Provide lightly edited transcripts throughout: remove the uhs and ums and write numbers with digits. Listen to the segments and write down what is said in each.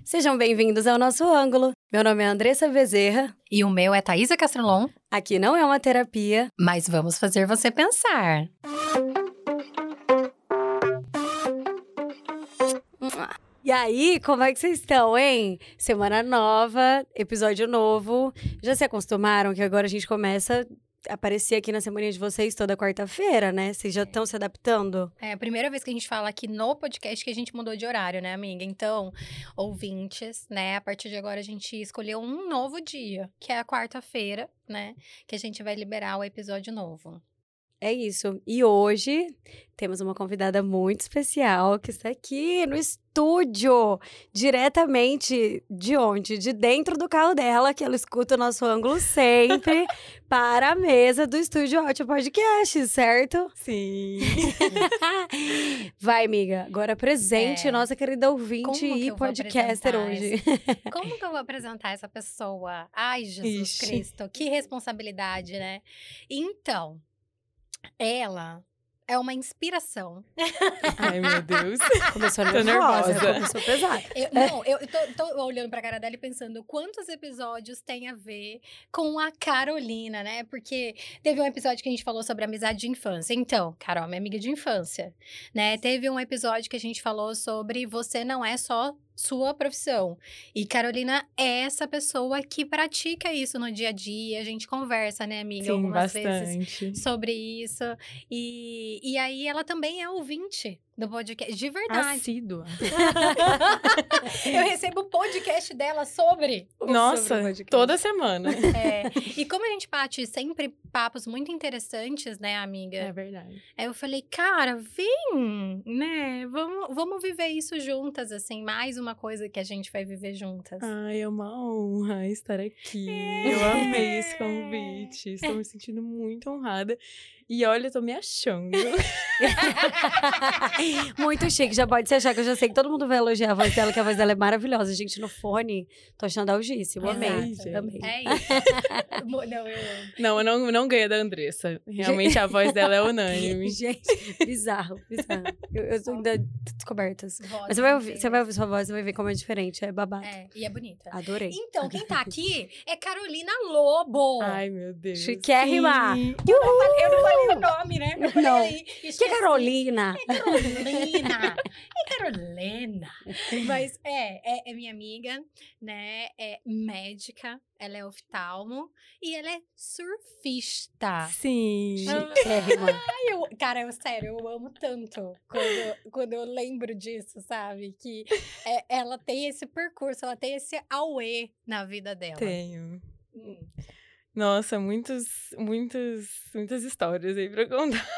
Sejam bem-vindos ao nosso ângulo. Meu nome é Andressa Bezerra. E o meu é Thaisa Castrolon. Aqui não é uma terapia, mas vamos fazer você pensar. E aí, como é que vocês estão, hein? Semana nova, episódio novo. Já se acostumaram que agora a gente começa a aparecer aqui na semaninha de vocês toda quarta-feira, né? Vocês já estão se adaptando? É a primeira vez que a gente fala aqui no podcast que a gente mudou de horário, né, amiga? Então, ouvintes, né? A partir de agora a gente escolheu um novo dia, que é a quarta-feira, né? Que a gente vai liberar o episódio novo. É isso. E hoje temos uma convidada muito especial que está aqui no estúdio, diretamente de onde? De dentro do carro dela, que ela escuta o nosso ângulo sempre, para a mesa do Estúdio Ótimo Podcast, certo? Sim. Vai, amiga. Agora apresente nossa querida ouvinte e podcaster hoje. Como que eu vou apresentar essa pessoa? Ai, Jesus Cristo, que responsabilidade, né? Então, ela é uma inspiração. Ai, meu Deus. Começou Tô nervosa. nervosa. Começou pesado. Eu tô olhando pra cara dela e pensando quantos episódios tem a ver com a Carolina, né? Porque teve um episódio que a gente falou sobre amizade de infância. Então, Carol, minha amiga de infância, né? Teve um episódio que a gente falou sobre você não é só sua profissão. E Carolina é essa pessoa que pratica isso no dia a dia. A gente conversa, né, amiga? Sim, algumas bastante. vezes sobre isso. E aí ela também é ouvinte do podcast, de verdade. Assídua. Eu recebo o podcast dela sobre Nossa, podcast. toda semana. E como a gente bate sempre papos muito interessantes, né, amiga? É verdade. Aí eu falei, cara, vem, né? Vamos viver isso juntas, assim. Mais uma coisa que a gente vai viver juntas. Ai, é uma honra estar aqui. Eu amei esse convite. Estou me sentindo muito honrada. E olha, eu tô me achando. Muito chique, já pode se achar que eu já sei que todo mundo vai elogiar a voz dela, que a voz dela é maravilhosa. Gente, no fone, tô achando algíssimo. Amei. Exato. Amei. É isso. Não, eu amo. Não, não ganha da Andressa. Realmente a voz dela é unânime. Gente, bizarro. Eu tô ainda descobertas. Voz Mas você vai ouvir sua voz e vai ver como é diferente. É babado. E é bonita. Adorei. Então, quem tá aqui é Carolina Lobo. Ai, meu Deus. Chiquérrima. Sim. Eu não falei o nome, né? Eu falei Não. aí, Que esqueci. Carolina? Carolina. Mas é minha amiga, né? É médica, ela é oftalmo e ela é surfista. Sim. Chiquérrima. Cara, sério, eu amo tanto quando eu lembro disso, sabe? Que ela tem esse percurso, ela tem esse auê na vida dela. Tenho. Nossa, muitas histórias aí pra contar.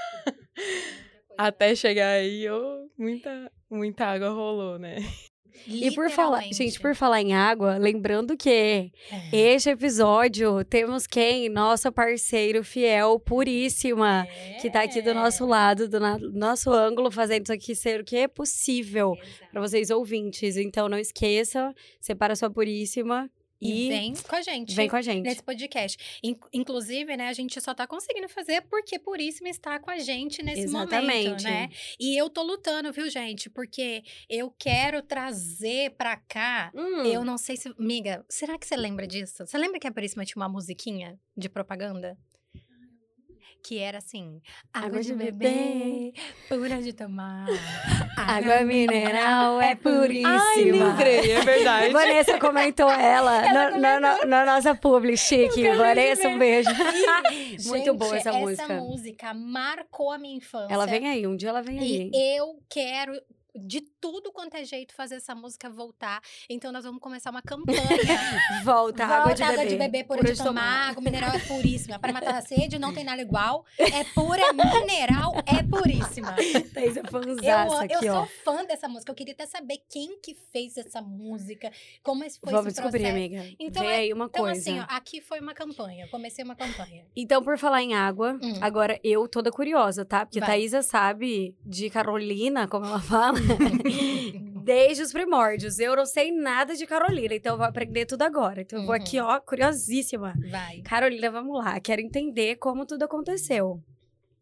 Até chegar aí, muita água rolou, né? E por falar em água, lembrando que este episódio temos quem? Nosso parceiro fiel, Puríssima, que tá aqui do nosso lado, do nosso ângulo, fazendo isso aqui ser o que é possível para vocês ouvintes. Então não esqueça, separa sua Puríssima. E vem com a gente. Vem com a gente. Nesse podcast. Inclusive, né, a gente só tá conseguindo fazer porque Puríssima está com a gente nesse momento, né? E eu tô lutando, viu, gente? Porque eu quero trazer pra cá, eu não sei se... Amiga, será que você lembra disso? Você lembra que a Puríssima tinha uma musiquinha de propaganda? Que era assim, água de beber, pura de tomar. Água mineral é puríssima. Ai, lembrei, é verdade. Vanessa comentou ela na nossa publi, chique. Vanessa, um beijo. Muito boa essa música. Essa música marcou a minha infância. Ela vem aí, um dia ela vem aí. E eu quero... de tudo quanto é jeito fazer essa música voltar. Então nós vamos começar uma campanha. Volta água de beber, pura de tomar. Água mineral é puríssima. Para matar a sede, não tem nada igual. É pura, mineral, é puríssima. Thaisa fãzaça aqui, eu sou fã dessa música. Eu queria até saber quem que fez essa música. Como foi esse processo. Vamos descobrir, amiga. Então, vem aí uma coisa. Então, assim, ó, aqui foi uma campanha. Eu comecei uma campanha. Então, por falar em água, agora eu toda curiosa, tá? Porque Thaisa sabe de Carolina, como ela fala. Desde os primórdios. Eu não sei nada de Carolina, então eu vou aprender tudo agora. Então eu vou aqui, ó, curiosíssima. Vai. Carolina, vamos lá. Quero entender como tudo aconteceu.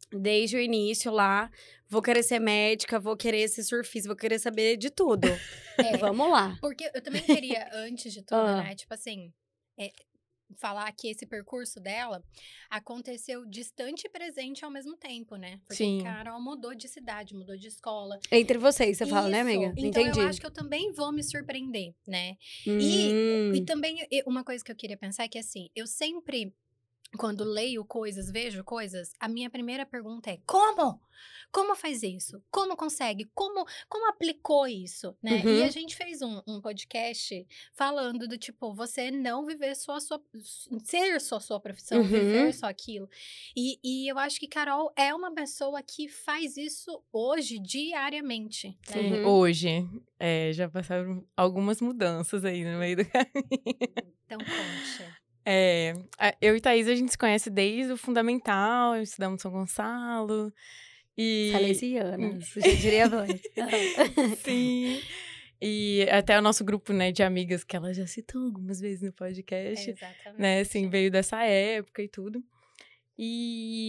desde o início lá, vou querer ser médica, vou querer ser surfista, vou querer saber de tudo. Vamos lá. Porque eu também queria, antes de tudo, né, tipo assim, falar que esse percurso dela aconteceu distante e presente ao mesmo tempo, né? Porque Sim. Carol mudou de cidade, mudou de escola. Entre vocês, você fala, né, amiga? Então, Entendi. eu acho que eu também vou me surpreender, né? E também, uma coisa que eu queria pensar é que, assim, eu sempre, quando leio coisas, vejo coisas, a minha primeira pergunta é, como? Como faz isso? Como consegue? Como aplicou isso, né? E a gente fez um podcast falando do tipo, você não viver ser só sua profissão, viver só aquilo. E eu acho que Carol é uma pessoa que faz isso hoje, diariamente. Sim, né? hoje. Já passaram algumas mudanças aí no meio do caminho. Então, conte. Eu e Thaís, a gente se conhece desde o fundamental, estudamos em São Gonçalo. Salesianas, já diria voz. Sim. E até o nosso grupo, né, de amigas, que ela já citou algumas vezes no podcast. Exatamente. Né, assim, veio dessa época e tudo. E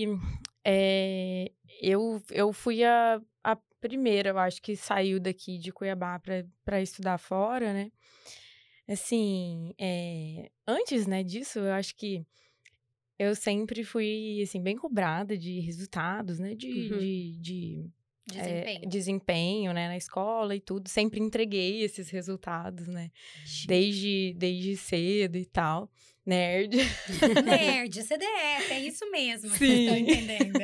eu fui a primeira, eu acho, que saiu daqui de Cuiabá para estudar fora, né? Assim, antes, né, disso, eu acho que eu sempre fui, assim, bem cobrada de resultados, né? De desempenho, né? Na escola e tudo. Sempre entreguei esses resultados, né? Desde cedo e tal. Nerd. Nerd, CDF, é isso mesmo. Sim. Vocês estão entendendo.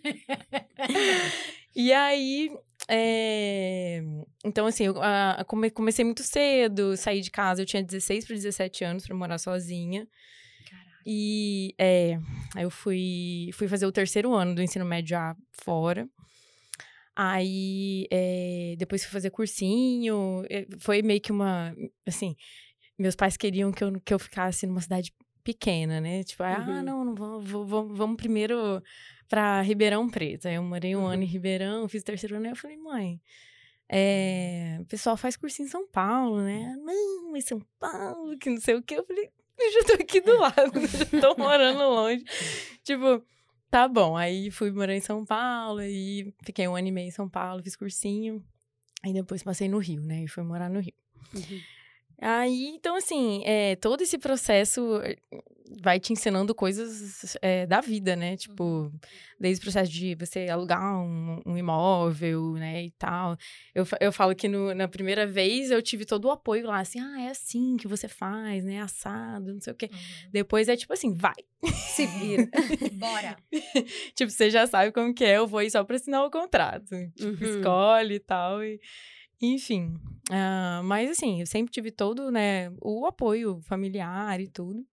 E aí, então assim, eu comecei muito cedo, saí de casa, eu tinha 16 para 17 anos para morar sozinha. E aí eu fui fazer o 3º ano do ensino médio já fora. Aí, depois fui fazer cursinho. Foi meio que uma... Assim, meus pais queriam que eu ficasse numa cidade pequena, né? Tipo, não vamos primeiro pra Ribeirão Preto. Aí eu morei um ano em Ribeirão, fiz o 3º ano. Aí eu falei, mãe... o pessoal faz cursinho em São Paulo, né? Não, mas São Paulo, que não sei o quê. Eu falei... Eu já tô aqui do lado, já tô morando longe. Tipo, tá bom. Aí fui morar em São Paulo, aí fiquei 1 ano e meio em São Paulo, fiz cursinho. Aí depois passei no Rio, né? E fui morar no Rio. Aí, então assim, todo esse processo vai te ensinando coisas da vida, né? Tipo, desde o processo de você alugar um imóvel, né, e tal. Eu falo que na primeira vez eu tive todo o apoio lá, assim, é assim que você faz, né, assado, não sei o quê. Depois é tipo assim, vai. Se vira. Bora. Tipo, você já sabe como que é, eu vou ir só pra assinar o contrato. Tipo, escolhe e tal, enfim. Mas assim, eu sempre tive todo, né, o apoio familiar e tudo.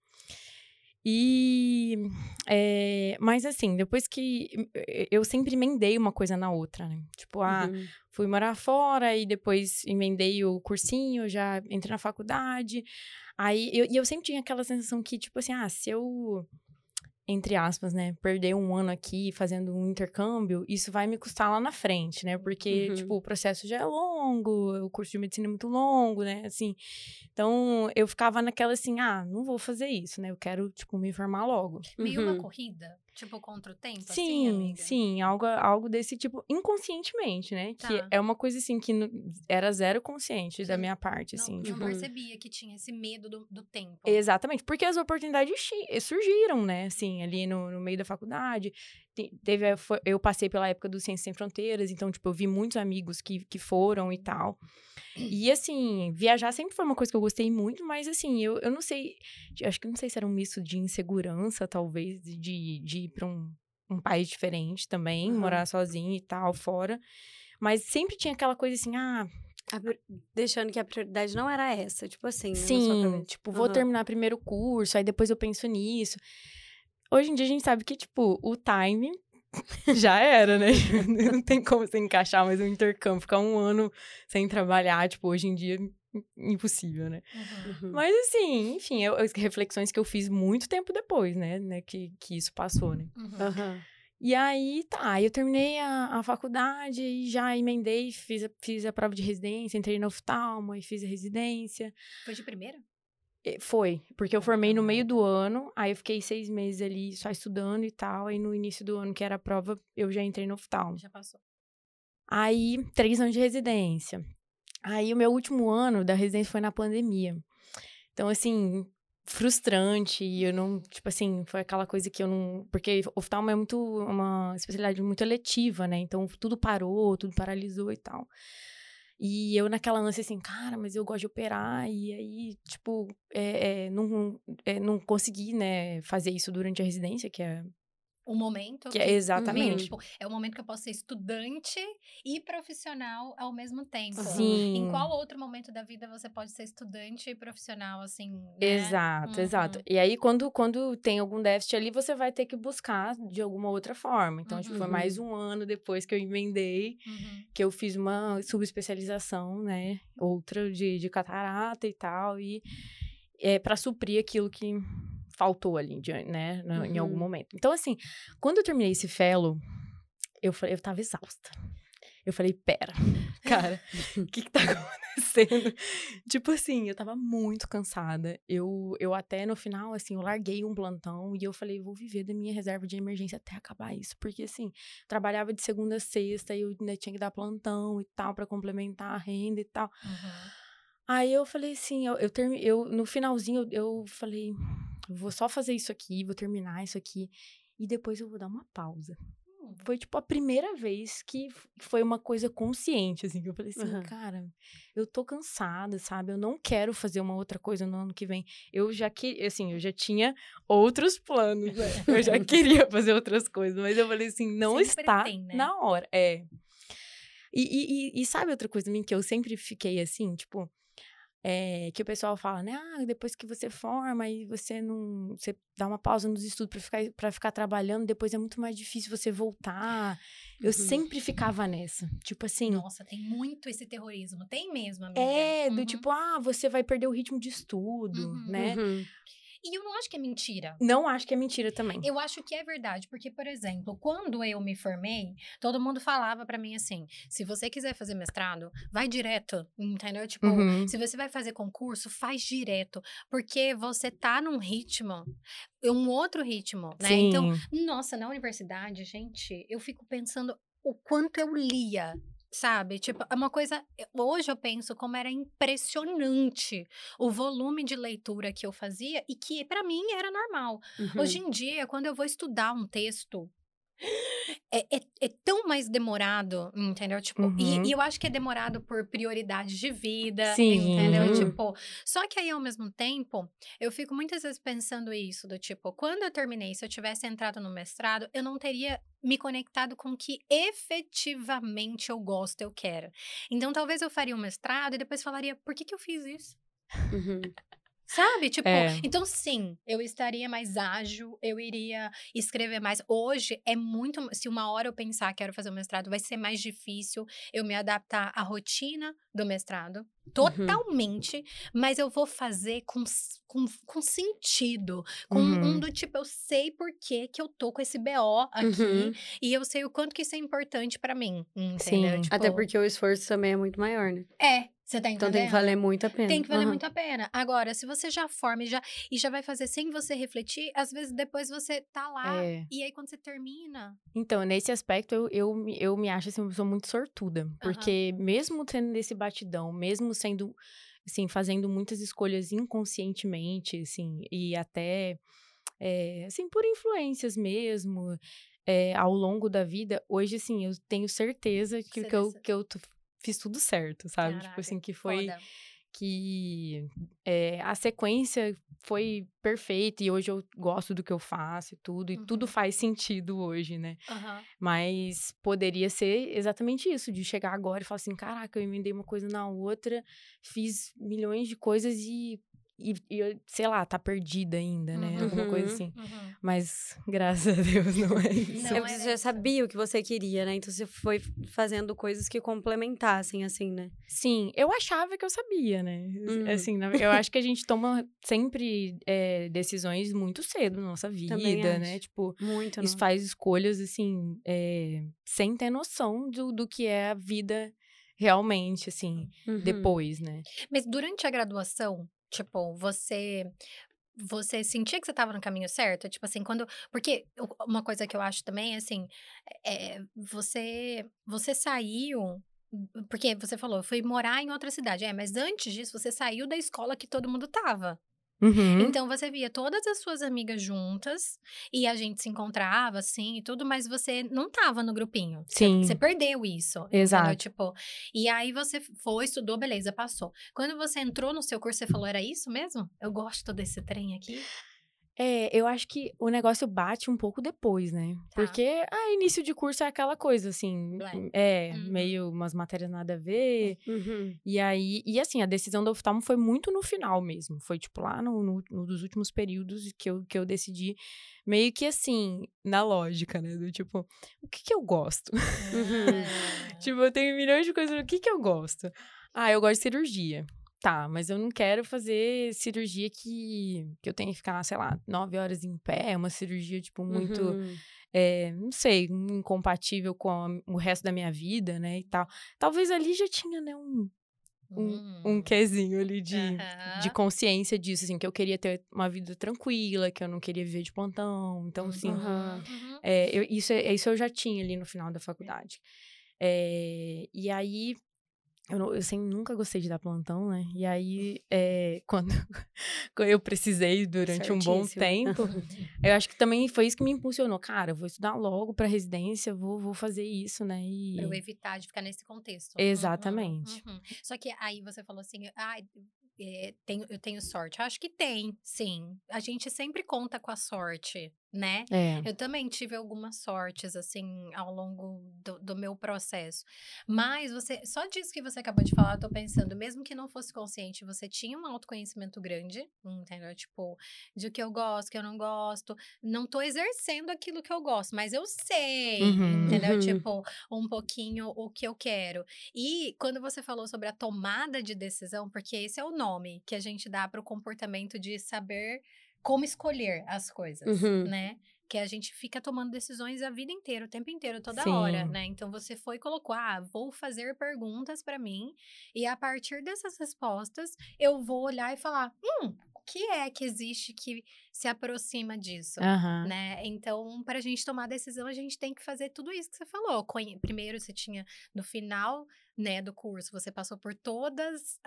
Mas assim, depois que... Eu sempre emendei uma coisa na outra, né? Tipo, fui morar fora e depois emendei o cursinho, já entrei na faculdade. Aí, eu sempre tinha aquela sensação que, tipo assim, se eu... entre aspas, né, perder 1 ano aqui fazendo um intercâmbio, isso vai me custar lá na frente, né? Porque, tipo, o processo já é longo, o curso de medicina é muito longo, né? Assim, então, eu ficava naquela assim, não vou fazer isso, né? Eu quero, tipo, me formar logo. Meio uma corrida? Tipo, contra o tempo, sim, assim, amiga? Sim, algo desse tipo, inconscientemente, né? Tá. Que é uma coisa, assim, que era zero consciente da minha parte, assim. Não percebia que tinha esse medo do tempo. Exatamente, porque as oportunidades surgiram, né? Assim, ali no meio da faculdade. Eu passei pela época do Ciências Sem Fronteiras, então, tipo, eu vi muitos amigos que foram e tal. E, assim, viajar sempre foi uma coisa que eu gostei muito, mas, assim, eu não sei... Acho que não sei se era um misto de insegurança, talvez, de ir pra um país diferente também, morar sozinha e tal, fora. Mas sempre tinha aquela coisa assim, deixando que a prioridade não era essa, tipo assim, né? Sim, tipo, vou terminar primeiro o curso, aí depois eu penso nisso. Hoje em dia a gente sabe que, tipo, o time já era, né? Não tem como você encaixar mais um intercâmbio, ficar 1 ano sem trabalhar, tipo, hoje em dia, impossível, né? Mas, assim, enfim, reflexões que eu fiz muito tempo depois, né? Que isso passou, né? E aí, eu terminei a faculdade e já emendei, fiz a prova de residência, entrei na oftalmo e fiz a residência. Foi de primeira? Foi, porque eu formei no meio do ano, aí eu fiquei 6 meses ali só estudando e tal, aí no início do ano, que era a prova, eu já entrei no oftalmo. Já passou. Aí, 3 anos de residência. Aí, o meu último ano da residência foi na pandemia. Então, assim, frustrante, e eu não, tipo assim, foi aquela coisa que eu não... Porque oftalmo é uma especialidade muito eletiva, né? Então, tudo parou, tudo paralisou e tal. E eu naquela ânsia assim, cara, mas eu gosto de operar, e aí, tipo, não consegui, né, fazer isso durante a residência, que é... O momento Que é exatamente. Tipo, é o momento que eu posso ser estudante e profissional ao mesmo tempo. Sim. Em qual outro momento da vida você pode ser estudante e profissional, assim, né? Exato, exato. E aí, quando tem algum déficit ali, você vai ter que buscar de alguma outra forma. Então, tipo, foi mais um ano depois que eu emendei, que eu fiz uma subespecialização, né? Outra de catarata e tal, e pra suprir aquilo que faltou ali, né? Em algum momento. Então, assim, quando eu terminei esse fellow, eu tava exausta. Eu falei, pera, cara, o que tá acontecendo? Tipo assim, eu tava muito cansada. Eu até no final, assim, eu larguei um plantão e eu falei, vou viver da minha reserva de emergência até acabar isso. Porque, assim, trabalhava de segunda a sexta e eu ainda tinha que dar plantão e tal, pra complementar a renda e tal. Aí eu falei assim, no finalzinho, eu falei, vou só fazer isso aqui, vou terminar isso aqui e depois eu vou dar uma pausa. Foi, tipo, a primeira vez que foi uma coisa consciente, assim, que eu falei assim, cara, eu tô cansada, sabe? Eu não quero fazer uma outra coisa no ano que vem. Eu já tinha outros planos, né? Eu já queria fazer outras coisas, mas eu falei assim, não Sempre está tem, né? na hora. E sabe outra coisa também que eu sempre fiquei assim, tipo... que o pessoal fala, né? Depois que você forma, aí você não... Você dá uma pausa nos estudos pra ficar trabalhando, depois é muito mais difícil você voltar. Eu sempre ficava nessa. Tipo assim... Nossa, tem muito esse terrorismo. Tem mesmo, amiga. do tipo, você vai perder o ritmo de estudo, né? E eu não acho que é mentira. Não acho que é mentira também. Eu acho que é verdade, porque, por exemplo, quando eu me formei, todo mundo falava pra mim assim, se você quiser fazer mestrado, vai direto, entendeu? Tipo, se você vai fazer concurso, faz direto, porque você tá num ritmo, um outro ritmo, né? Sim. Então, nossa, na universidade, gente, eu fico pensando o quanto eu lia. Sabe? Tipo, é uma coisa... Hoje eu penso como era impressionante o volume de leitura que eu fazia e que, pra mim, era normal. Hoje em dia, quando eu vou estudar um texto, é tão mais demorado, entendeu? Tipo, e eu acho que é demorado por prioridades de vida, entendeu? Tipo, só que aí, ao mesmo tempo, eu fico muitas vezes pensando isso, do tipo, quando eu terminei, se eu tivesse entrado no mestrado, eu não teria me conectado com o que efetivamente eu gosto, eu quero. Então, talvez eu faria um mestrado e depois falaria, por que eu fiz isso? Sabe? Tipo, então sim, eu estaria mais ágil, eu iria escrever mais. Hoje é muito... Se uma hora eu pensar quero fazer um mestrado, vai ser mais difícil eu me adaptar à rotina do mestrado. Totalmente. Mas eu vou fazer com sentido. Com um do tipo, eu sei por que eu tô com esse BO aqui. E eu sei o quanto que isso é importante pra mim. Entendeu? Tipo, até porque o esforço também é muito maior, né? Você tá entendendo? Então tem que valer muito a pena. Tem que valer muito a pena. Agora, se você já forma e já vai fazer sem você refletir, às vezes depois você tá lá e aí quando você termina... Então, nesse aspecto, eu me acho assim, uma pessoa muito sortuda. Porque mesmo tendo esse batidão, mesmo sendo, assim, fazendo muitas escolhas inconscientemente, assim, e até, assim, por influências mesmo, ao longo da vida, hoje, assim, eu tenho certeza que eu fiz tudo certo, sabe? Caraca, tipo assim, que foi... foda. Que a sequência foi perfeita e hoje eu gosto do que eu faço e tudo faz sentido hoje, né? Mas poderia ser exatamente isso, de chegar agora e falar assim, caraca, eu emendei uma coisa na outra, fiz milhões de coisas e sei lá, tá perdida ainda, né? Alguma coisa assim. Mas, graças a Deus, não é isso. Não, você já sabia o que você queria, né? Então, você foi fazendo coisas que complementassem, assim, né? Sim, eu achava que eu sabia, né? Assim, eu acho que a gente toma sempre decisões muito cedo na nossa vida, né? Tipo, muito, isso faz escolhas, assim, sem ter noção do que é a vida realmente, assim, depois, né? Mas durante a graduação, Tipo, você sentia que você estava no caminho certo? Tipo assim, porque uma coisa que eu acho também, assim, você saiu... Porque você falou, foi morar em outra cidade. Mas antes disso, você saiu da escola que todo mundo tava. Uhum. Então, você via todas as suas amigas juntas, e a gente se encontrava, assim, e tudo, mas você não tava no grupinho. Sim. Você perdeu isso, Exato. entendeu? Tipo, e aí você foi, estudou, beleza, passou. Quando você entrou no seu curso, você falou, era isso mesmo? Eu gosto desse trem aqui. Eu acho que o negócio bate um pouco depois, né? Tá. Porque, início de curso é aquela coisa, assim, meio umas matérias nada a ver. Uhum. E aí, assim, a decisão do oftalmo foi muito no final mesmo. Foi, tipo, lá no dos últimos períodos que eu decidi, meio que assim, na lógica, né? Do tipo, o que eu gosto? Tipo, eu tenho milhões de coisas, o que eu gosto? Eu gosto de cirurgia. Tá, mas eu não quero fazer cirurgia que eu tenha que ficar, sei lá, 9 horas em pé. Uma cirurgia, tipo, muito, não sei, incompatível com o resto da minha vida, né, e tal. Talvez ali já tinha, né, um quezinho ali de consciência disso, assim, que eu queria ter uma vida tranquila, que eu não queria viver de plantão. Então, assim, isso eu já tinha ali no final da faculdade. E aí... Eu nunca gostei de dar plantão, né? E aí, quando eu precisei durante um bom tempo, eu acho que também foi isso que me impulsionou. Cara, eu vou estudar logo pra residência, vou fazer isso, né? Pra eu evitar de ficar nesse contexto. Exatamente. Só que aí você falou assim, eu tenho sorte. Eu acho que tem, sim. A gente sempre conta com a sorte, né? Eu também tive algumas sortes, assim, ao longo do meu processo. Mas só disso que você acabou de falar, eu tô pensando, mesmo que não fosse consciente, você tinha um autoconhecimento grande, entendeu? Tipo, de o que eu gosto, o que eu não gosto. Não tô exercendo aquilo que eu gosto, mas eu sei, entendeu? Tipo, um pouquinho o que eu quero. E quando você falou sobre a tomada de decisão, porque esse é o nome que a gente dá para o comportamento de saber como escolher as coisas, né? Que a gente fica tomando decisões a vida inteira, o tempo inteiro, toda hora, né? Então, você foi e colocou, vou fazer perguntas para mim, e a partir dessas respostas, eu vou olhar e falar, o que é que existe que se aproxima disso, né? Então, para a gente tomar decisão, a gente tem que fazer tudo isso que você falou. Primeiro, você tinha, no final, né, do curso, você passou por todas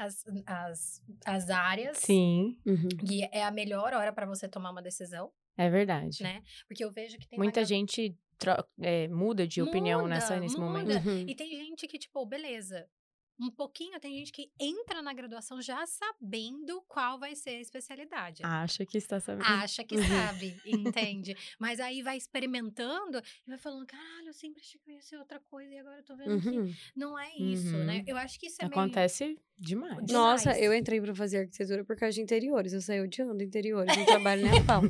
as áreas. Sim. E é a melhor hora para você tomar uma decisão. É verdade. Né? Porque eu vejo que tem muita gente muda de opinião nesse momento. E tem gente que, tipo, beleza. Um pouquinho, tem gente que entra na graduação já sabendo qual vai ser a especialidade. Acha que está sabendo. Acha que sabe, entende? Mas aí vai experimentando e vai falando, caralho, eu sempre achei que eu ia ser outra coisa e agora eu tô vendo que não é isso, né? Eu acho que isso acontece demais. Nossa, eu entrei pra fazer arquitetura por causa de interiores. Eu saí odiando interiores, não trabalho nem a pau.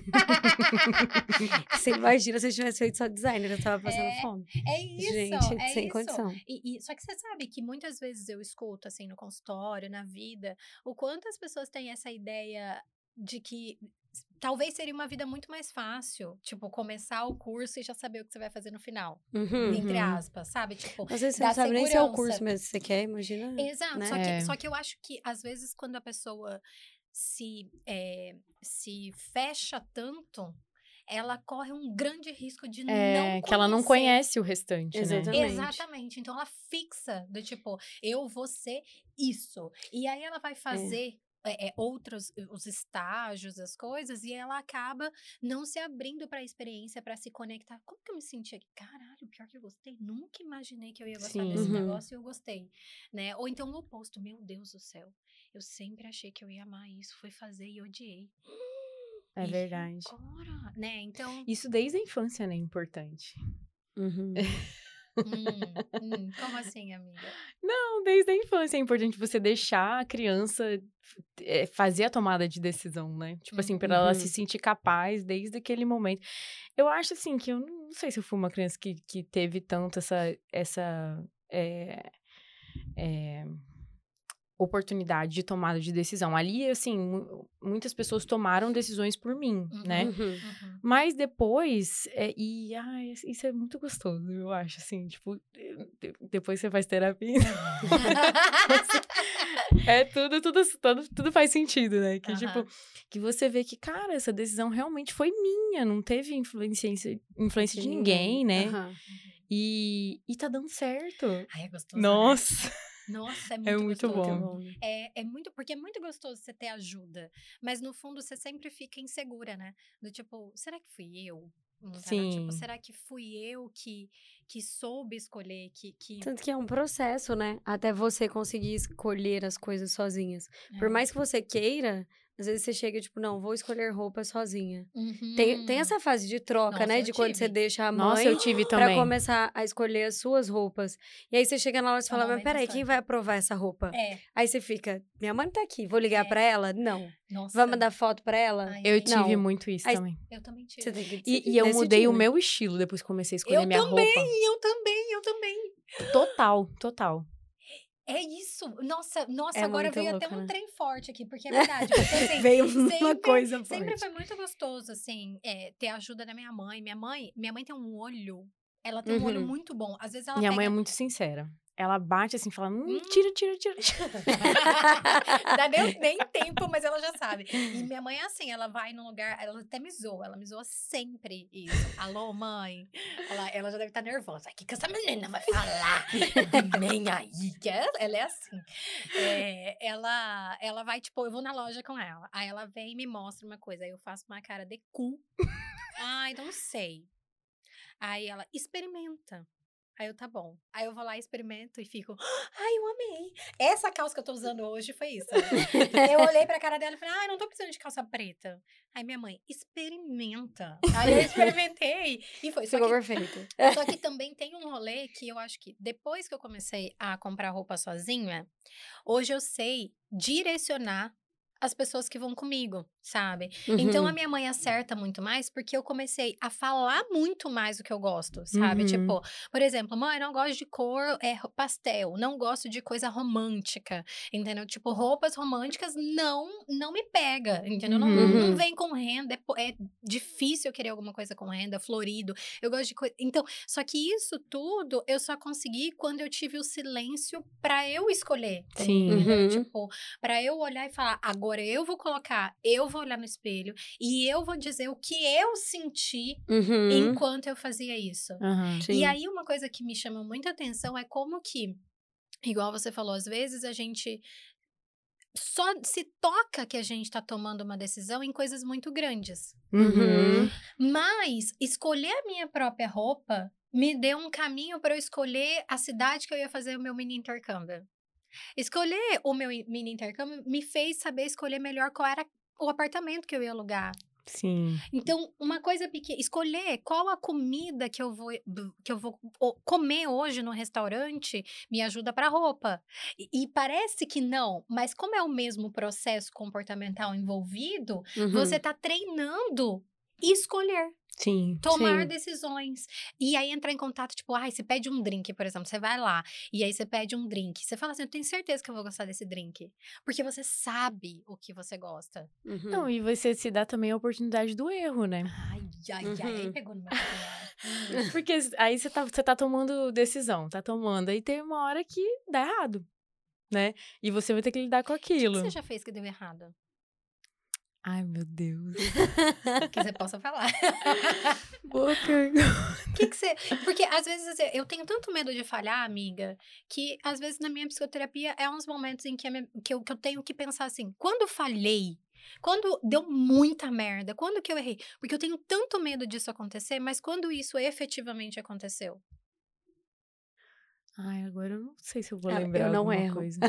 Você imagina se eu tivesse feito só designer, eu tava passando fome. É isso, gente, sem condição. Só que você sabe que muitas vezes eu escuto, assim, no consultório, na vida, o quanto as pessoas têm essa ideia de que talvez seria uma vida muito mais fácil, tipo, começar o curso e já saber o que você vai fazer no final, entre aspas, sabe? Tipo, às vezes você não sabe nem se é o curso mesmo que você quer, imagina. Exato, né? Só que eu acho que, às vezes, quando a pessoa se fecha tanto, ela corre um grande risco de não conhecer. Que ela não conhece o restante, Exatamente. né? Exatamente. Então, ela fixa do tipo, eu vou ser isso. E aí, ela vai fazer os estágios, as coisas, e ela acaba não se abrindo para a experiência, para se conectar. Como que eu me senti aqui? Caralho, pior que eu gostei. Nunca imaginei que eu ia gostar desse negócio e eu gostei, né? Ou então o oposto, meu Deus do céu. Eu sempre achei que eu ia amar isso, fui fazer e odiei. É verdade. Agora, né? Então... Isso desde a infância, né? É importante. Como assim, amiga? Não, desde a infância é importante você deixar a criança fazer a tomada de decisão, né? Tipo assim, pra ela se sentir capaz desde aquele momento. Eu acho, assim, que eu não sei se eu fui uma criança que teve tanto essa oportunidade de tomada de decisão. Ali, assim, muitas pessoas tomaram decisões por mim, né? Mas depois, isso é muito gostoso, eu acho, assim, tipo, depois você faz terapia. Tudo faz sentido, né? Que, tipo, que você vê que, cara, essa decisão realmente foi minha, não teve influência de ninguém, né? E tá dando certo. Ai, é gostoso, Nossa! Né? Nossa, é muito gostoso. Bom. Porque é muito gostoso você ter ajuda. Mas, no fundo, você sempre fica insegura, né? Do tipo, será que fui eu? Sim. Tipo, será que fui eu que soube escolher? Tanto que é um processo, né? Até você conseguir escolher as coisas sozinhas. Por mais que você queira, às vezes você chega, tipo, não, vou escolher roupa sozinha. Tem essa fase de troca, né? De quando você deixa a mãe eu tive também. Pra começar a escolher as suas roupas. E aí você chega na hora e fala, mas peraí, quem vai aprovar essa roupa? Aí você fica, minha mãe tá aqui, vou ligar pra ela? Não. Nossa. Vamos mandar foto pra ela? Eu tive muito isso também. Eu também tive. Você tem que e eu mudei o meu estilo depois que comecei a escolher minha roupa. Eu também. Total. É isso. Nossa, agora veio louco, até um né? trem forte aqui, porque é verdade. Porque, assim, veio uma coisa forte. Sempre foi muito gostoso, assim, ter a ajuda da minha mãe. Minha mãe tem um olho, ela tem um olho muito bom. Às vezes ela Minha mãe é muito sincera. Ela bate assim, fala, tira. Dá nem tempo, mas ela já sabe. E minha mãe é assim, ela vai num lugar, ela até me zoa, ela me zoa sempre isso. Alô, mãe? Ela já deve estar nervosa. O que essa menina vai falar? Nem aí, que ela é assim. Ela vai, tipo, eu vou na loja com ela. Aí ela vem e me mostra uma coisa. Aí eu faço uma cara de cu. Ai, não sei. Aí ela, experimenta. Aí eu, tá bom. Aí eu vou lá, experimento e fico, ai, eu amei. Essa calça que eu tô usando hoje foi isso. Eu olhei pra cara dela e falei, não tô precisando de calça preta. Aí minha mãe, experimenta. Aí eu experimentei e foi. Ficou perfeito. Só que também tem um rolê que eu acho que depois que eu comecei a comprar roupa sozinha, hoje eu sei direcionar as pessoas que vão comigo, sabe? Então, a minha mãe acerta muito mais porque eu comecei a falar muito mais do que eu gosto, sabe? Tipo, por exemplo, mãe, não gosto de cor pastel, não gosto de coisa romântica, entendeu? Tipo, roupas românticas não me pega, entendeu? Não vem com renda, é difícil eu querer alguma coisa com renda, florido, eu gosto de coisa... Então, só que isso tudo eu só consegui quando eu tive o silêncio pra eu escolher. Sim. Entendeu? Tipo, pra eu olhar e falar, agora eu vou olhar no espelho e eu vou dizer o que eu senti enquanto eu fazia isso. E aí, uma coisa que me chama muita atenção é como que, igual você falou, às vezes a gente só se toca que a gente tá tomando uma decisão em coisas muito grandes. Mas escolher a minha própria roupa me deu um caminho para eu escolher a cidade que eu ia fazer o meu mini intercâmbio. Escolher o meu mini intercâmbio me fez saber escolher melhor qual era o apartamento que eu ia alugar. Sim. Então, uma coisa pequena, escolher qual a comida que eu vou comer hoje no restaurante me ajuda para roupa. E parece que não, mas como é o mesmo processo comportamental envolvido, você tá treinando escolher. Sim. Tomar decisões. E aí entrar em contato, tipo, você pede um drink, por exemplo, você vai lá, e aí você pede um drink. Você fala assim, eu tenho certeza que eu vou gostar desse drink. Porque você sabe o que você gosta. Não, e você se dá também a oportunidade do erro, né? Aí pegou no meu Porque aí você tá tomando decisão, aí tem uma hora que dá errado, né? E você vai ter que lidar com aquilo. O que você já fez que deu errado? Ai, meu Deus. Que você possa falar. Boa pergunta. Porque às vezes eu tenho tanto medo de falhar, amiga, que às vezes na minha psicoterapia é uns momentos em que eu tenho que pensar assim, quando falhei, quando deu muita merda, quando que eu errei? Porque eu tenho tanto medo disso acontecer, mas quando isso efetivamente aconteceu? Ai, agora eu não sei se eu vou lembrar eu não alguma erro. coisa.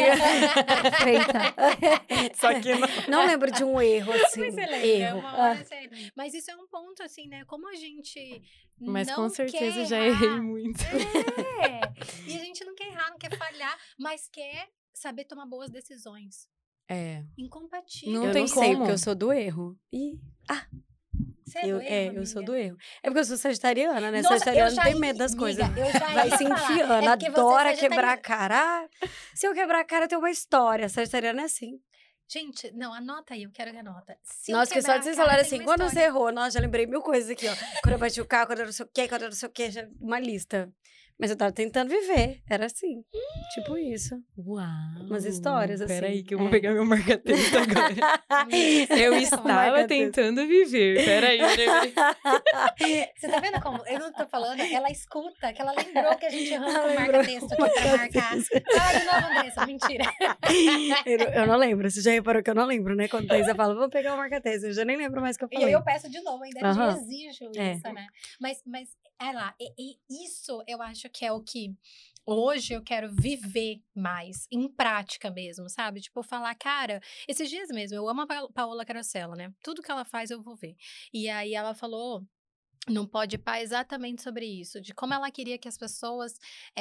Só que não lembro de um erro, assim. Mas você lembra, Mas isso é um ponto, assim, né? Como a gente Mas não com certeza quer já errar. errei muito. E a gente não quer errar, não quer falhar, mas quer saber tomar boas decisões. É. Incompatível. Não eu tem não sei, como. porque eu sou do erro. Você é do erro, eu sou do erro. É porque eu sou sagitariana, né? Nossa, sagitariana não tem medo das coisas. Vai se enfiando, adora quebrar a cara. Se eu quebrar a cara, tem uma história. Sagitariana é assim. Gente, não, anota aí, eu quero que anota. Nossa, que só de vocês falarem assim, quando você errou, nossa, já lembrei mil coisas aqui, ó. Quando eu bati o carro, quando eu não sei o quê, quando eu não sei o quê, já, uma lista. Mas eu tava tentando viver, era assim, tipo isso. Uau! Umas histórias, assim. Peraí que eu vou pegar meu marca-texto agora. Eu estava tentando viver, peraí. Você tá vendo como? Eu não tô falando, ela escuta, que ela lembrou que a gente arranca o marca-texto aqui pra marcar. Fala de novo, Andressa, mentira. Eu não lembro, você já reparou que eu não lembro, né? Quando a Thaisa fala, vou pegar o marca-texto, eu já nem lembro mais o que eu falei. E eu peço de novo, ainda te exijo isso, né? Mas é lá, e isso eu acho que é o que hoje eu quero viver mais, em prática mesmo, sabe? Tipo, falar, cara, esses dias mesmo, eu amo a Paola Carosella, né? Tudo que ela faz eu vou ver. E aí ela falou não pode pá exatamente sobre isso, de como ela queria que as pessoas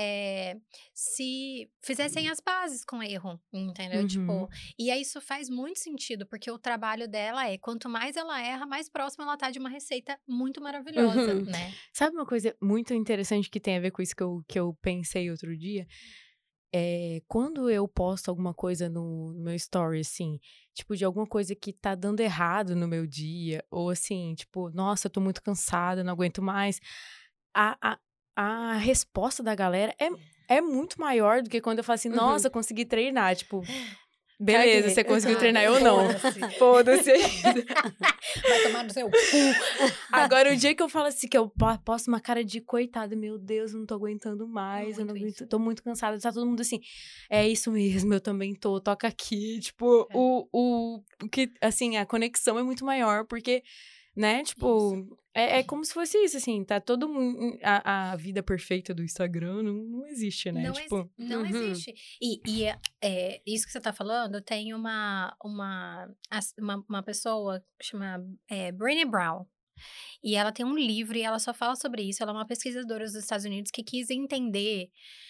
se fizessem as pazes com o erro, entendeu? Tipo, e aí isso faz muito sentido, porque o trabalho dela quanto mais ela erra, mais próxima ela tá de uma receita muito maravilhosa, né? Sabe uma coisa muito interessante que tem a ver com isso que eu pensei outro dia? Quando eu posto alguma coisa no meu story, assim, tipo, de alguma coisa que tá dando errado no meu dia, ou assim, tipo, nossa, eu tô muito cansada, não aguento mais, a resposta da galera é muito maior do que quando eu falo assim, nossa, consegui treinar, tipo... Beleza, você conseguiu treinar, eu não. Foda-se. Vai tomar no seu cu. Agora, o dia que eu falo assim, que eu posto uma cara de coitada, meu Deus, não tô aguentando mais, eu não aguento, tô muito cansada. Tá todo mundo assim, é isso mesmo, eu também tô, toca aqui. Tipo, o que, assim, a conexão é muito maior, porque, né, tipo... É como se fosse isso, assim, tá todo mundo... A vida perfeita do Instagram não existe, né? Não existe. E isso que você tá falando, tem uma pessoa que chama Brené Brown. E ela tem um livro e ela só fala sobre isso. Ela é uma pesquisadora dos Estados Unidos que quis entender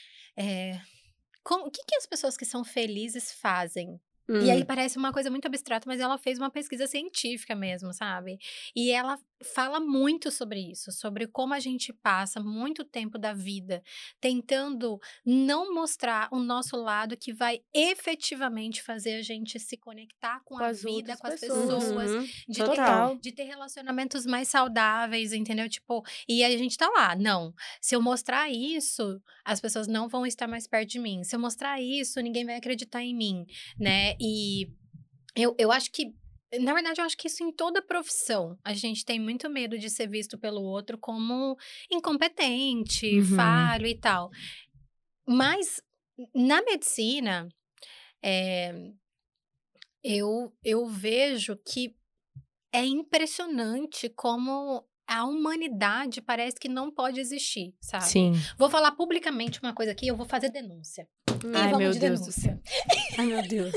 o que as pessoas que são felizes fazem. E aí parece uma coisa muito abstrata, mas ela fez uma pesquisa científica mesmo, sabe? E ela fala muito sobre isso, sobre como a gente passa muito tempo da vida tentando não mostrar o nosso lado que vai efetivamente fazer a gente se conectar com a vida, com as pessoas, de ter relacionamentos mais saudáveis, entendeu? Tipo, e a gente tá lá, não, se eu mostrar isso, as pessoas não vão estar mais perto de mim. Se eu mostrar isso, ninguém vai acreditar em mim, né? E eu acho que, na verdade, eu acho que isso em toda profissão. A gente tem muito medo de ser visto pelo outro como incompetente, falho e tal. Mas, na medicina, eu vejo que é impressionante como a humanidade parece que não pode existir, sabe? Sim. Vou falar publicamente uma coisa aqui, eu vou fazer denúncia. Ai, meu Deus do céu. Ai, meu Deus.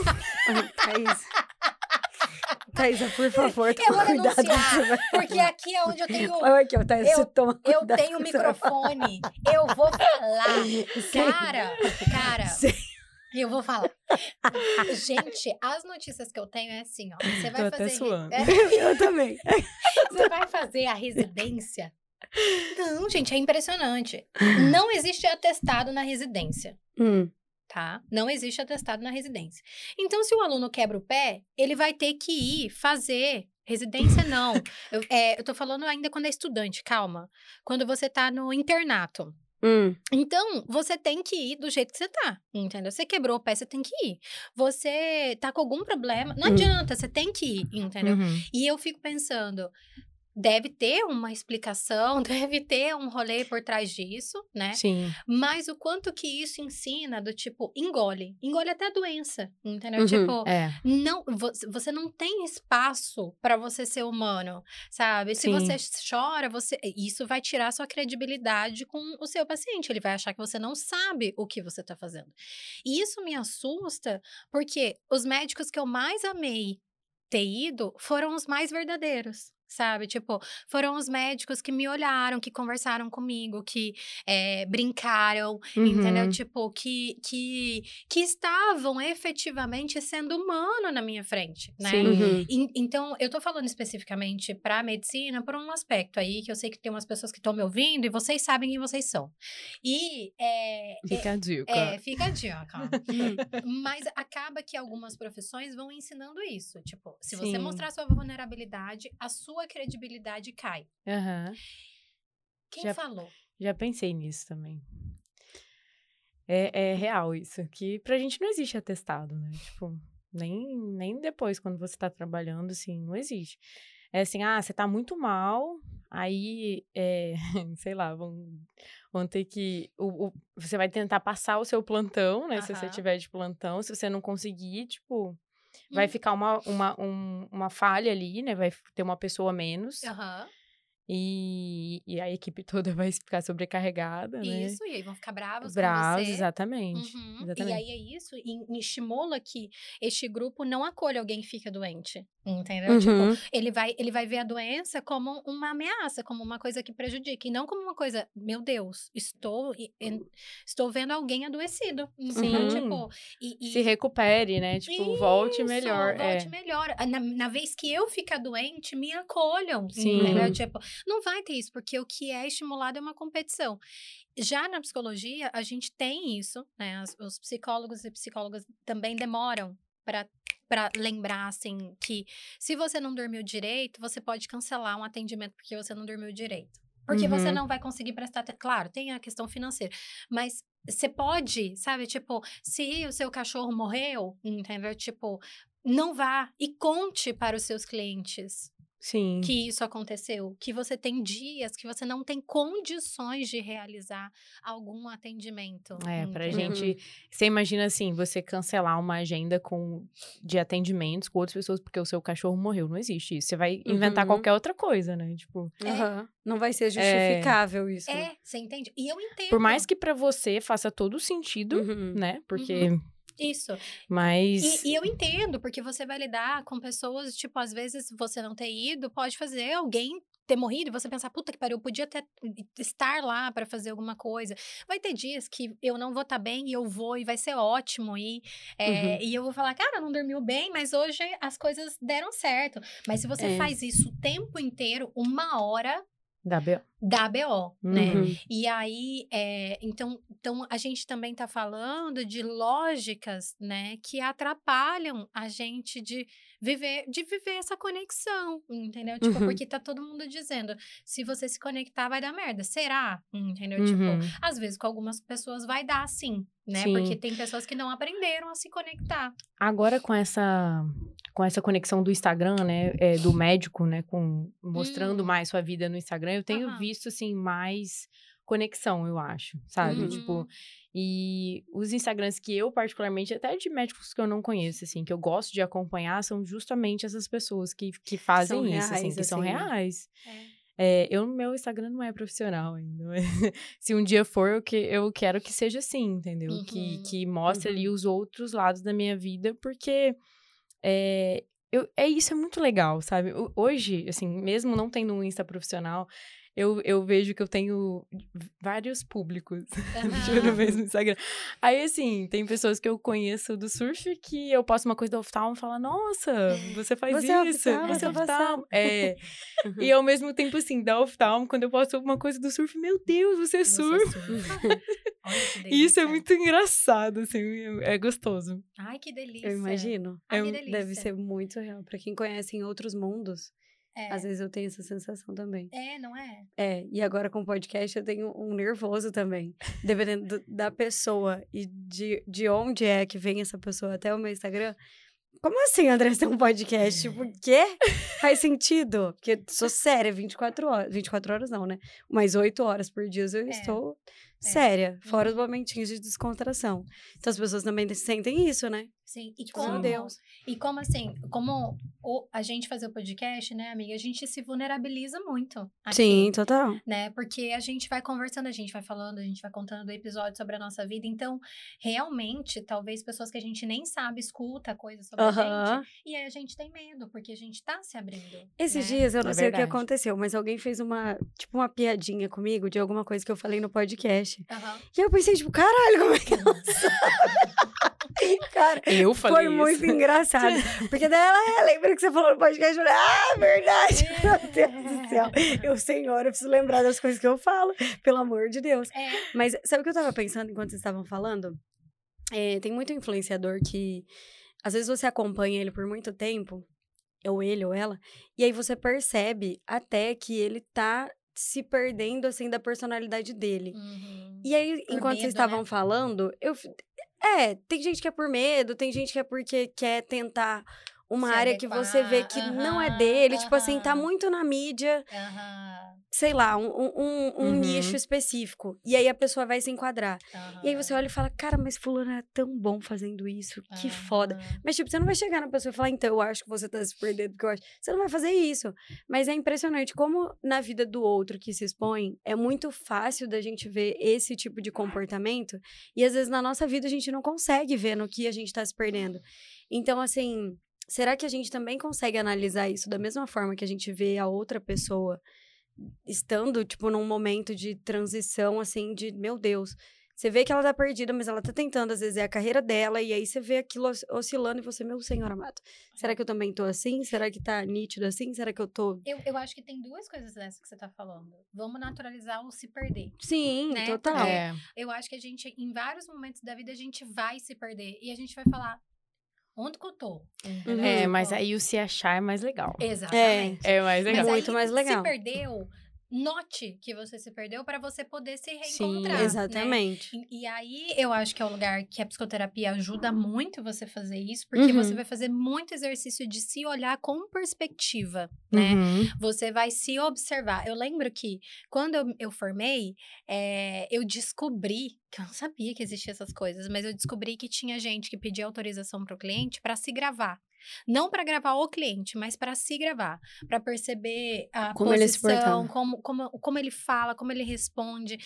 Thaisa, por favor, toma cuidado. Porque aqui é onde eu tenho... Olha aqui, ó, Thaisa, toma cuidado. Eu tenho microfone. Eu vou falar. Cara... E eu vou falar. Gente, as notícias que eu tenho é assim, ó. Você vai fazer... Até suando. Eu também. Você vai fazer a residência? Não, gente, é impressionante. Não existe atestado na residência. Tá? Não existe atestado na residência. Então, se o aluno quebra o pé, ele vai ter que ir fazer... Residência, não. Eu tô falando ainda quando é estudante, calma. Quando você tá no internato. Então, você tem que ir do jeito que você tá, entendeu? Você quebrou o pé, você tem que ir. Você tá com algum problema, não adianta, você tem que ir, entendeu? E eu fico pensando, deve ter uma explicação, deve ter um rolê por trás disso, né? Sim. Mas o quanto que isso ensina do tipo, engole até a doença, entendeu? Tipo, não, você não tem espaço pra você ser humano, sabe? Se você chora, isso vai tirar sua credibilidade com o seu paciente, ele vai achar que você não sabe o que você tá fazendo. E isso me assusta, porque os médicos que eu mais amei ter ido foram os mais verdadeiros, sabe? Tipo, foram os médicos que me olharam, que conversaram comigo, que brincaram, entendeu? Tipo, que estavam efetivamente sendo humano na minha frente, né? Então, eu tô falando especificamente pra medicina por um aspecto aí, que eu sei que tem umas pessoas que estão me ouvindo e vocês sabem quem vocês são. E fica a dica. Fica a dica. Mas acaba que algumas profissões vão ensinando isso. Tipo, se você mostrar sua vulnerabilidade, a sua credibilidade cai. Quem falou? Já pensei nisso também. É real isso, que pra gente não existe atestado, né? Tipo, nem depois, quando você tá trabalhando, assim, não existe. É assim, você tá muito mal, aí, sei lá, vão ter que... você vai tentar passar o seu plantão, né? Se você tiver de plantão, se você não conseguir, tipo... vai ficar uma falha ali, né? Vai ter uma pessoa a menos. E a equipe toda vai ficar sobrecarregada, né? Isso, e aí vão ficar bravos com você. Exatamente. E aí é isso, e estimula que este grupo não acolha alguém que fica doente, entendeu? Tipo, ele vai ver a doença como uma ameaça, como uma coisa que prejudica, e não como uma coisa, meu Deus, estou vendo alguém adoecido, entendeu? Tipo, se recupere, né? Tipo, isso, volte melhor. Volte melhor. Na vez que eu ficar doente, me acolham, entendeu? Tipo, não vai ter isso, porque o que é estimulado é uma competição. Já na psicologia, a gente tem isso, né? Os psicólogos e psicólogas também demoram para lembrar, assim, que se você não dormiu direito, você pode cancelar um atendimento porque você não dormiu direito. Porque você não vai conseguir prestar... Claro, tem a questão financeira, mas você pode, sabe? Tipo, se o seu cachorro morreu, entendeu? Tipo, não vá e conte para os seus clientes que isso aconteceu, que você tem dias que você não tem condições de realizar algum atendimento. Pra gente... Você imagina, assim, você cancelar uma agenda de atendimentos com outras pessoas porque o seu cachorro morreu. Não existe isso. Você vai inventar qualquer outra coisa, né? Tipo... Não vai ser justificável isso. Você entende? E eu entendo. Por mais que pra você faça todo sentido, né? Porque... Isso. Mas... E eu entendo, porque você vai lidar com pessoas, tipo, às vezes você não ter ido, pode fazer alguém ter morrido e você pensar, puta que pariu, eu podia estar lá pra fazer alguma coisa. Vai ter dias que eu não vou estar bem e eu vou e vai ser ótimo. E eu vou falar, cara, não dormiu bem, mas hoje as coisas deram certo. Mas se você faz isso o tempo inteiro, uma hora... dá BO, né? E aí, então a gente também tá falando de lógicas, né, que atrapalham a gente de viver essa conexão, entendeu? Tipo, porque tá todo mundo dizendo, se você se conectar vai dar merda. Será? Entendeu? Tipo, às vezes com algumas pessoas vai dar sim, né? Porque tem pessoas que não aprenderam a se conectar. Agora com essa conexão do Instagram, né, do médico, né, mostrando mais sua vida no Instagram, eu tenho visto, assim, mais conexão, eu acho, sabe? Tipo, e os Instagrams que eu, particularmente, até de médicos que eu não conheço, assim, que eu gosto de acompanhar, são justamente essas pessoas que fazem são isso, reais, assim, que são reais. Meu Instagram não é profissional ainda, mas se um dia for, eu quero que seja assim, entendeu? Que mostre ali os outros lados da minha vida, porque... isso é muito legal, sabe? Hoje, assim, mesmo não tendo um Insta profissional, eu vejo que eu tenho vários públicos no mesmo Instagram. Aí, assim, tem pessoas que eu conheço do surf que eu posto uma coisa do oftalmo e falo, nossa, você faz isso, você é oftalmo. E ao mesmo tempo, assim, da oftalmo, quando eu posto alguma coisa do surf, meu Deus, você surfa. E isso é muito engraçado, assim, é gostoso. Ai, que delícia. Eu imagino. Ai, que delícia. Deve ser muito real. Pra quem conhece em outros mundos, às vezes eu tenho essa sensação também. Não é? E agora com o podcast eu tenho um nervoso também. Dependendo da pessoa e de onde é que vem essa pessoa até o meu Instagram. Como assim, André, você tem um podcast? Tipo, o quê? Faz sentido? Porque sou séria 24 horas. 24 horas não, né? Mas 8 horas por dia eu estou séria, fora os momentinhos de descontração. Então as pessoas também sentem isso, né? Sim, como assim, como a gente fazer o podcast, né, amiga, a gente se vulnerabiliza muito aqui. Sim, total. Né, porque a gente vai conversando, a gente vai falando, a gente vai contando episódios sobre a nossa vida, então, realmente, talvez pessoas que a gente nem sabe escuta coisas sobre a gente, e aí a gente tem medo, porque a gente tá se abrindo. Esses dias, eu não sei o que aconteceu, mas alguém fez uma piadinha comigo de alguma coisa que eu falei no podcast. E eu pensei, tipo, caralho, como é que ela Cara, eu falei foi muito engraçado. Porque daí ela, lembra que você falou no podcast? Eu falei, verdade. Meu Deus do céu. Senhora, eu preciso lembrar das coisas que eu falo. Pelo amor de Deus. Mas sabe o que eu tava pensando enquanto vocês estavam falando? Tem muito influenciador que, às vezes, você acompanha ele por muito tempo. Ou ele, ou ela. E aí você percebe até que ele tá se perdendo, assim, da personalidade dele. E aí, por enquanto medo, vocês estavam falando, tem gente que é por medo, tem gente que é porque quer tentar uma área que você vê que não é dele. Tipo assim, tá muito na mídia. Sei lá, um nicho específico. E aí a pessoa vai se enquadrar. E aí você olha e fala, cara, mas fulano é tão bom fazendo isso. Que foda. Mas tipo, você não vai chegar na pessoa e falar, então, eu acho que você tá se perdendo, porque eu acho. Você não vai fazer isso. Mas é impressionante como na vida do outro que se expõe, é muito fácil da gente ver esse tipo de comportamento. E às vezes na nossa vida a gente não consegue ver no que a gente tá se perdendo. Então, assim, será que a gente também consegue analisar isso da mesma forma que a gente vê a outra pessoa estando, tipo, num momento de transição, assim, de, meu Deus, você vê que ela tá perdida, mas ela tá tentando, às vezes é a carreira dela, e aí você vê aquilo oscilando e você, meu senhor amado, será que eu também tô assim? Será que tá nítido assim? Será que eu tô... Eu acho que tem duas coisas dessas que você tá falando. Vamos naturalizar o se perder. Sim, né? Total. Eu acho que a gente, em vários momentos da vida, a gente vai se perder, e a gente vai falar, onde que eu tô? Mas aí o se achar é mais legal. Exatamente. É mais legal. Mas muito mais legal. Se perdeu, note que você se perdeu para você poder se reencontrar. Sim, exatamente. Né? E aí, eu acho que é o lugar que a psicoterapia ajuda muito você fazer isso, porque você vai fazer muito exercício de se olhar com perspectiva, né? Você vai se observar. Eu lembro que, quando eu formei, eu descobri, que eu não sabia que existiam essas coisas, mas eu descobri que tinha gente que pedia autorização para o cliente para se gravar. Não para gravar o cliente, mas para se gravar. Para perceber a posição, como ele fala, como ele responde.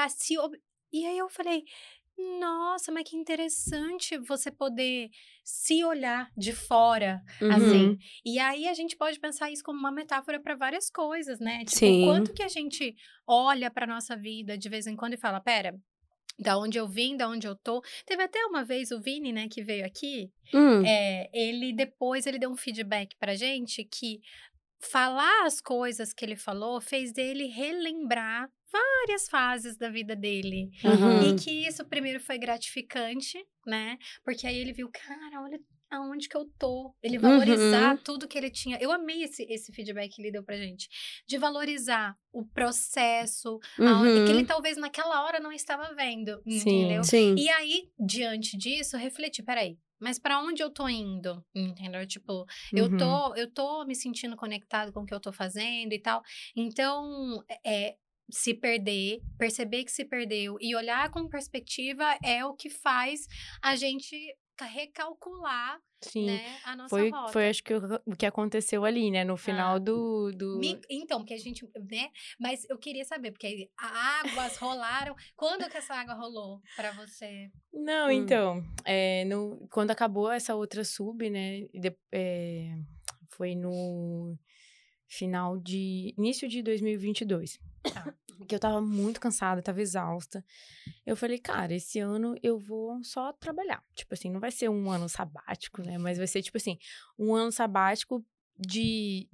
E aí eu falei, nossa, mas que interessante você poder se olhar de fora, assim. E aí a gente pode pensar isso como uma metáfora para várias coisas, né? Tipo, o quanto que a gente olha para nossa vida de vez em quando e fala, pera... Da onde eu vim, da onde eu tô. Teve até uma vez o Vini, né, que veio aqui. Ele deu um feedback pra gente que falar as coisas que ele falou fez dele relembrar várias fases da vida dele. E que isso primeiro foi gratificante, né? Porque aí ele viu, cara, olha aonde que eu tô. Ele valorizar tudo que ele tinha. Eu amei esse feedback que ele deu pra gente. De valorizar o processo, que ele talvez naquela hora não estava vendo, entendeu? Sim. E aí, diante disso, refletir, peraí, mas pra onde eu tô indo? Entendeu? Tipo, eu tô me sentindo conectado com o que eu tô fazendo e tal. Então, se perder, perceber que se perdeu e olhar com perspectiva é o que faz a gente recalcular, né, a nossa rota. Foi, acho que o que aconteceu ali, né, no final do... Então, porque a gente, né, mas eu queria saber, porque águas rolaram, quando que essa água rolou pra você? Não, então, quando acabou essa outra sub, né, foi no início de 2022. Que eu tava muito cansada, tava exausta. Eu falei, cara, esse ano eu vou só trabalhar. Tipo assim, não vai ser um ano sabático, né? Mas vai ser, tipo assim, um ano sabático de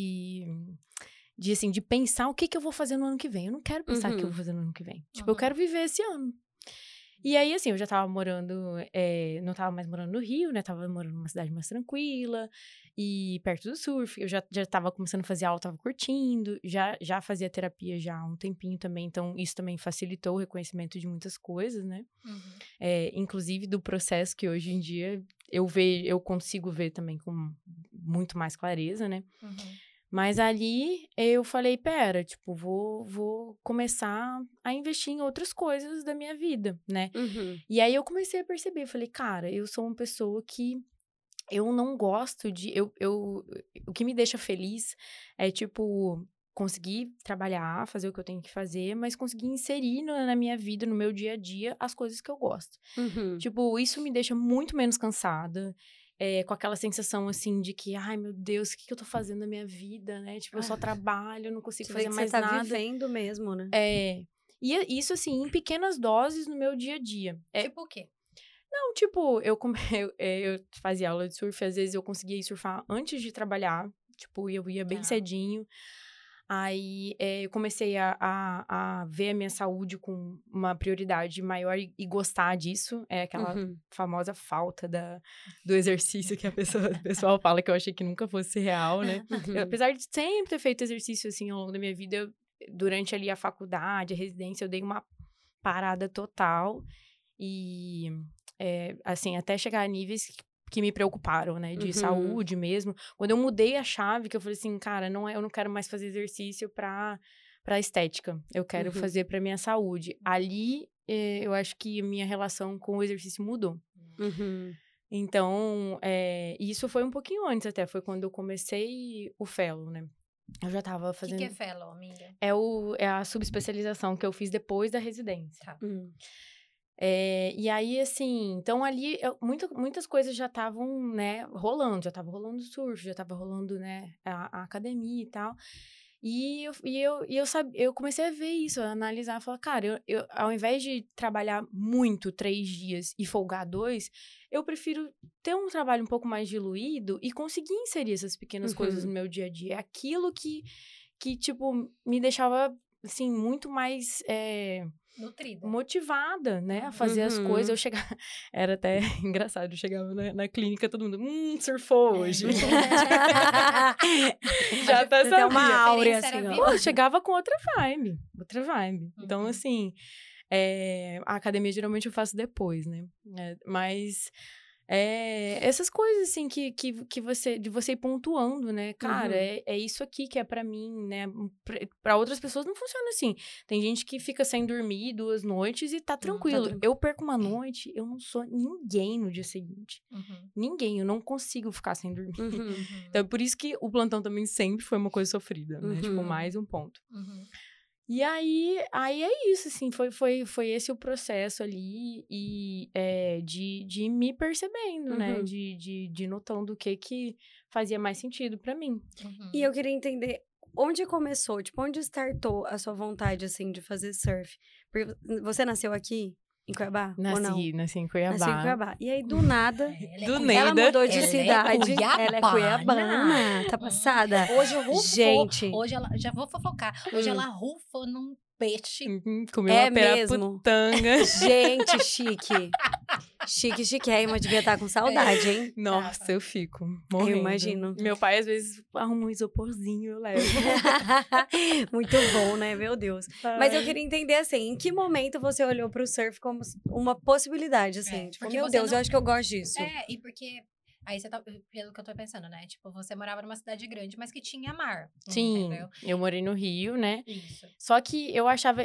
pensar o que eu vou fazer no ano que vem. Eu não quero pensar o que eu vou fazer no ano que vem. Tipo, eu quero viver esse ano. E aí, assim, eu já tava morando, não tava mais morando no Rio, né? Tava morando numa cidade mais tranquila e perto do surf. Eu já tava começando a fazer aula, tava curtindo. Já fazia terapia já há um tempinho também. Então, isso também facilitou o reconhecimento de muitas coisas, né? Inclusive do processo que hoje em dia eu consigo ver também com muito mais clareza, né? Mas ali eu falei, pera, tipo, vou começar a investir em outras coisas da minha vida, né? E aí eu comecei a perceber, falei, cara, eu sou uma pessoa que eu não gosto de... o que me deixa feliz é, tipo, conseguir trabalhar, fazer o que eu tenho que fazer, mas conseguir inserir na minha vida, no meu dia a dia, as coisas que eu gosto. Tipo, isso me deixa muito menos cansada. Com aquela sensação, assim, de que, ai, meu Deus, o que eu tô fazendo na minha vida, né? Tipo, eu só trabalho, não consigo fazer mais nada. Você tá vivendo mesmo, né? E isso, assim, em pequenas doses no meu dia a dia. Tipo o quê? Não, tipo, eu fazia aula de surf, às vezes eu conseguia ir surfar antes de trabalhar. Tipo, eu ia bem cedinho. Aí, eu comecei a ver a minha saúde com uma prioridade maior e gostar disso. É aquela famosa falta do exercício que o pessoal fala, que eu achei que nunca fosse real, né? Apesar de sempre ter feito exercício, assim, ao longo da minha vida, durante ali a faculdade, a residência, eu dei uma parada total. E, assim, até chegar a níveis que me preocuparam, né? De saúde mesmo. Quando eu mudei a chave, que eu falei assim, cara, eu não quero mais fazer exercício pra estética. Eu quero fazer pra minha saúde. Ali, eu acho que minha relação com o exercício mudou. Então, isso foi um pouquinho antes até. Foi quando eu comecei o fellow, né? Eu já tava fazendo... O que é fellow, amiga? É a subespecialização que eu fiz depois da residência. Tá. E aí, assim, então ali muitas coisas já estavam, né, rolando. Já tava rolando surf, já tava rolando, né, a academia e tal. E eu comecei a ver isso, a analisar, falar, cara, eu ao invés de trabalhar muito 3 dias e folgar 2, eu prefiro ter um trabalho um pouco mais diluído e conseguir inserir essas pequenas coisas no meu dia a dia. Aquilo que tipo, me deixava, assim, muito mais... nutrida. motivada, né, a fazer as coisas. Eu chegava... Era até engraçado, eu chegava na clínica, todo mundo, surfou hoje. Já tá sabia. Uma áurea, assim, ó. Pô, eu chegava com outra vibe. Então, assim, a academia geralmente eu faço depois, né, mas... essas coisas, assim, que você ir pontuando, né? Cara, é isso aqui que é pra mim, né? Pra outras pessoas não funciona assim. Tem gente que fica sem dormir 2 noites e tá tranquilo. Eu perco uma noite, eu não sou ninguém no dia seguinte. Ninguém, eu não consigo ficar sem dormir. Então, é por isso que o plantão também sempre foi uma coisa sofrida, né? Tipo, mais um ponto. E aí é isso, assim, foi esse o processo ali de me percebendo, né? De notando o que fazia mais sentido pra mim. E eu queria entender onde começou, tipo, onde startou a sua vontade, assim, de fazer surf? Porque você nasceu aqui? Em Cuiabá? Nasci em Cuiabá. Nasci em Cuiabá. E aí, do nada, ela mudou de cidade. Ela é cuiabana. Tá passada? Hoje eu rufo. Gente. Hoje ela... Já vou fofocar. Hoje ela rufa num peixe. Comeu uma peraputanga. Gente, chique. Chiquérrima. Devia estar com saudade, hein? Nossa, eu fico morrendo. Eu imagino. Meu pai, às vezes, arruma um isoporzinho, eu levo. Muito bom, né? Meu Deus. Mas eu queria entender, assim, em que momento você olhou pro surf como uma possibilidade, assim? Tipo, meu Deus, eu acho que eu gosto disso. E porque... Aí você tá, pelo que eu tô pensando, né? Tipo, você morava numa cidade grande, mas que tinha mar. Sim, entendeu? Eu morei no Rio, né? Isso. Só que eu achava,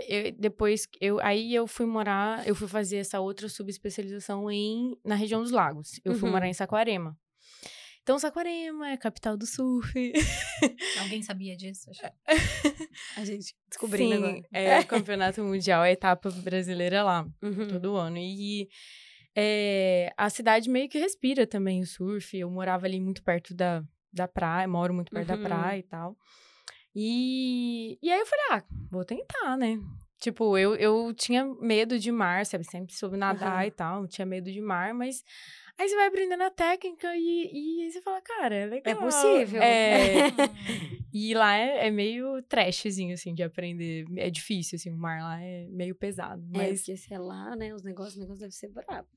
aí eu fui fazer essa outra subespecialização na região dos lagos. Eu fui morar em Saquarema. Então, Saquarema é a capital do surf. Alguém sabia disso? A gente descobrindo agora. É o campeonato mundial, a etapa brasileira lá, todo ano. E... a cidade meio que respira também o surf. Eu morava ali muito perto da praia, moro muito perto da praia e tal. E aí eu falei, vou tentar, né? Tipo, eu tinha medo de mar, sabe? Sempre soube nadar e tal, tinha medo de mar, mas... Aí você vai aprendendo a técnica e aí você fala, cara, é legal. É possível. E lá é meio trashzinho, assim, de aprender. É difícil, assim, o mar lá é meio pesado. Mas... porque sei lá, né, os negócios devem ser bravos.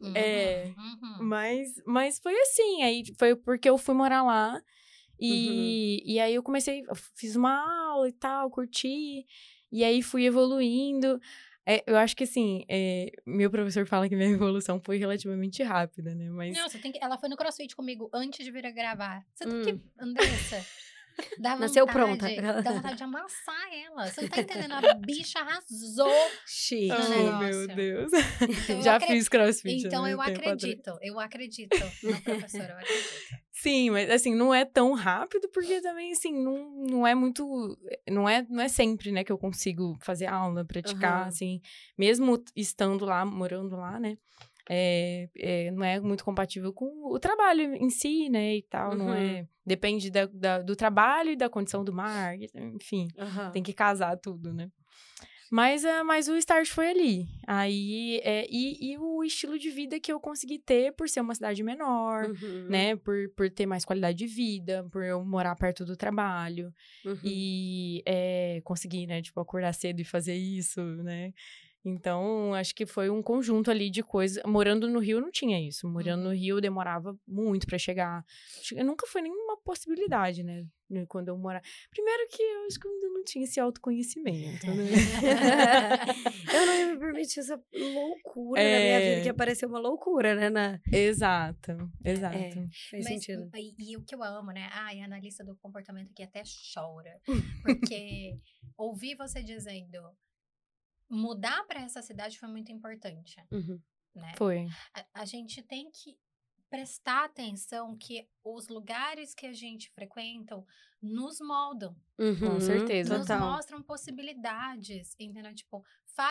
Mas foi assim, aí foi porque eu fui morar lá. E aí eu fiz uma aula e tal, curti. E aí fui evoluindo. Eu acho que, assim, meu professor fala que minha evolução foi relativamente rápida, né? Mas... Não, ela foi no CrossFit comigo antes de vir a gravar. Você tem que... Andressa... Nasceu pronta. Dá vontade de amassar ela. Você não tá entendendo? A bicha arrasou. Chique. Meu Deus. Então, já fiz crossfit. Então, eu acredito no professor, eu acredito. Sim, mas assim, não é tão rápido, porque também, assim, não é muito... Não é sempre, né, que eu consigo fazer aula, praticar, assim. Mesmo estando lá, morando lá, né? Não é muito compatível com o trabalho em si, né, e tal, não é... Depende do trabalho e da condição do mar, enfim, tem que casar tudo, né. Mas o start foi ali. Aí, e o estilo de vida que eu consegui ter por ser uma cidade menor, né, por ter mais qualidade de vida, por eu morar perto do trabalho, e conseguir, né, tipo, acordar cedo e fazer isso, né. Então, acho que foi um conjunto ali de coisas. Morando no Rio, não tinha isso. Morando no Rio, demorava muito pra chegar. Nunca foi nenhuma possibilidade, né? Quando eu morava. Primeiro que eu acho que eu ainda não tinha esse autoconhecimento, né? Eu não ia me permitir essa loucura na minha vida, que apareceu uma loucura, né? Exato. Faz sentido. E o que eu amo, né? Ai, a analista do comportamento aqui até chora. Porque ouvir você dizendo... Mudar para essa cidade foi muito importante, né? Foi. A gente tem que prestar atenção que os lugares que a gente frequenta nos moldam. Com certeza. Nos mostram possibilidades, entendeu? Tipo,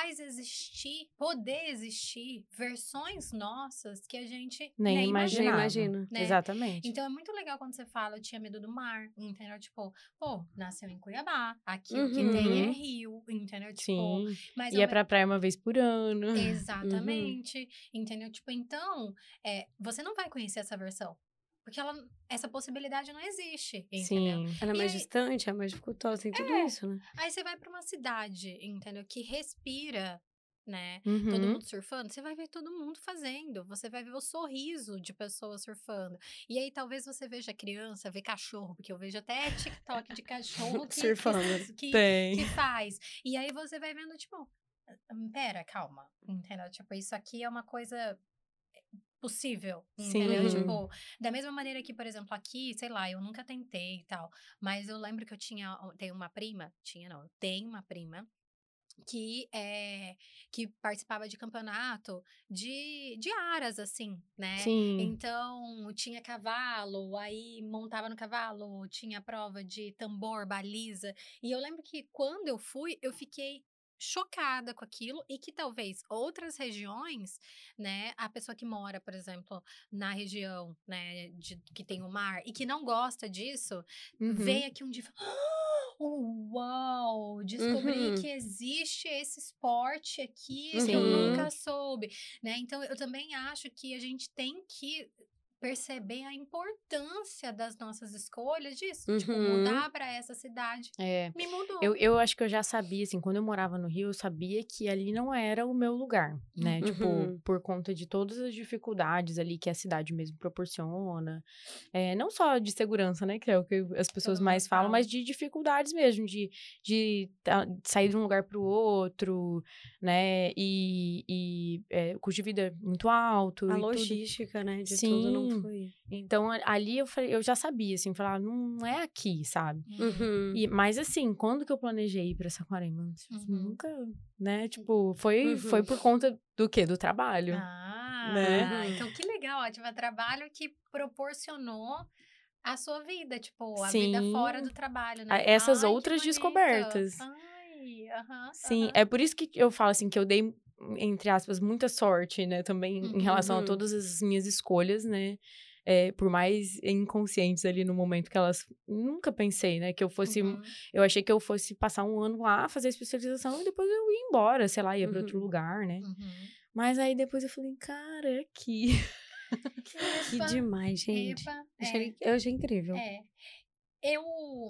poder existir versões nossas que a gente nem imagina. Né? Exatamente. Então, é muito legal quando você fala, eu tinha medo do mar, entendeu? Tipo, nasceu em Cuiabá, aqui o que tem é rio, entendeu? Tipo, Sim, mas ia pra praia uma vez por ano. Exatamente, entendeu? Tipo, então, você não vai conhecer essa versão. Porque essa possibilidade não existe, entendeu? Sim. Ela é mais distante, é mais dificultosa, tem tudo isso, né? Aí você vai pra uma cidade, entendeu? Que respira, né? Todo mundo surfando, você vai ver todo mundo fazendo. Você vai ver o sorriso de pessoas surfando. E aí, talvez você veja criança, vê cachorro, porque eu vejo até TikTok de cachorro que faz. E aí, você vai vendo, tipo, pera, calma, entendeu? Tipo, isso aqui é uma coisa... possível, entendeu? Tipo, da mesma maneira que, por exemplo, aqui, sei lá, eu nunca tentei e tal, mas eu lembro que eu tenho uma prima que participava de campeonato de aras, assim, né? Sim. Então, tinha cavalo, aí montava no cavalo, tinha prova de tambor, baliza, e eu lembro que quando eu fui, eu fiquei chocada com aquilo e que talvez outras regiões, né, a pessoa que mora, por exemplo, na região, né, que tem o mar e que não gosta disso, vem aqui um dia e fala, uau, descobri que existe esse esporte aqui que eu nunca soube, né? Então, eu também acho que a gente tem que perceber a importância das nossas escolhas disso, tipo, mudar para essa cidade. Me mudou. Eu acho que eu já sabia, assim, quando eu morava no Rio, eu sabia que ali não era o meu lugar, né? Tipo, por conta de todas as dificuldades ali que a cidade mesmo proporciona. Não só de segurança, né? Que é o que as pessoas mais falam, mas de dificuldades mesmo, de sair de um lugar pro outro, né? E custo de vida muito alto. A e logística, tudo. né? De tudo não foi. Então, ali eu já sabia, assim, falar, não é aqui, sabe? Mas, assim, quando que eu planejei ir pra Saquarema? Nunca, né? Tipo, foi por conta do quê? Do trabalho. Né? Então que legal, ótimo. Trabalho que proporcionou a sua vida, tipo, a vida fora do trabalho, né? Essas outras descobertas. Sim, é por isso que eu falo, assim, que eu dei, entre aspas, muita sorte, né? Também em relação a todas as minhas escolhas, né? Por mais inconscientes ali no momento que elas... Nunca pensei, né? Que eu fosse... Eu achei que eu fosse passar um ano lá, fazer a especialização e depois eu ia embora, sei lá, ia pra outro lugar, né? Mas aí depois eu falei, cara, é aqui. Que demais, gente. Eu achei incrível. Eu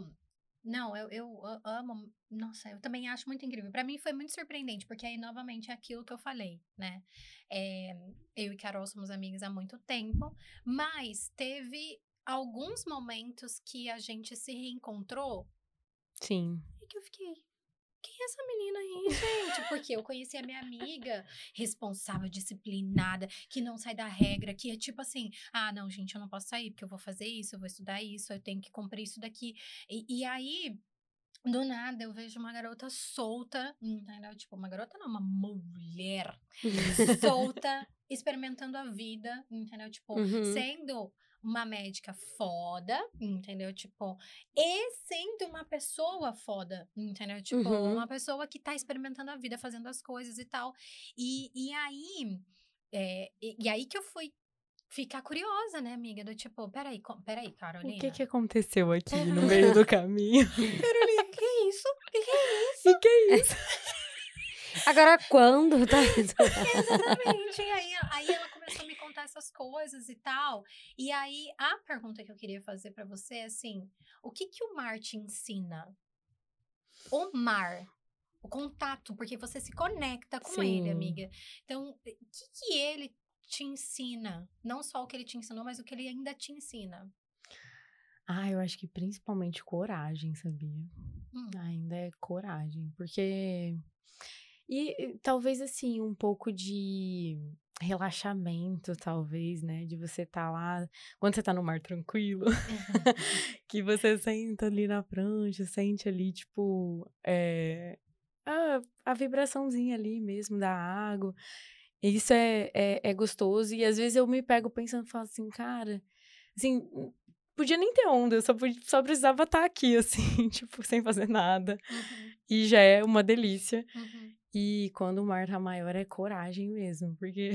amo... Nossa, eu também acho muito incrível. Pra mim foi muito surpreendente, porque aí, novamente, é aquilo que eu falei, né? Eu e Carol somos amigas há muito tempo, mas teve alguns momentos que a gente se reencontrou. Sim. E que eu fiquei... quem é essa menina aí, gente? Porque eu conheci a minha amiga responsável, disciplinada, que não sai da regra, que é tipo assim, não, gente, eu não posso sair, porque eu vou fazer isso, eu vou estudar isso, eu tenho que cumprir isso daqui. E aí, do nada, eu vejo uma garota solta, entendeu? Tipo, uma garota não, uma mulher solta, experimentando a vida, entendeu? Tipo, sendo uma médica foda, entendeu? Tipo, e sendo uma pessoa foda, entendeu? Tipo, uma pessoa que tá experimentando a vida, fazendo as coisas e tal. E aí, e aí que eu fui ficar curiosa, né, amiga? Do tipo, peraí, Carolina. O que aconteceu aqui no meio do caminho? Carolina, que é isso? Que é isso? E que é isso? Agora, quando tá isso? Exatamente. E aí ela começou a me contar essas coisas e tal. E aí, a pergunta que eu queria fazer pra você é assim, o que o mar te ensina? O mar, o contato, porque você se conecta com ele, amiga. Então, o que ele te ensina? Não só o que ele te ensinou, mas o que ele ainda te ensina. Eu acho que principalmente coragem, sabia? Ainda é coragem, porque... E talvez, assim, um pouco de relaxamento, talvez, né? De você estar lá, quando você tá no mar tranquilo, que você senta ali na prancha, sente ali, tipo, a vibraçãozinha ali mesmo da água. Isso é gostoso. E às vezes eu me pego pensando, falo assim, cara, assim, podia nem ter onda, eu só precisava estar aqui, assim, tipo, sem fazer nada. E já é uma delícia. E quando o mar tá maior, é coragem mesmo, porque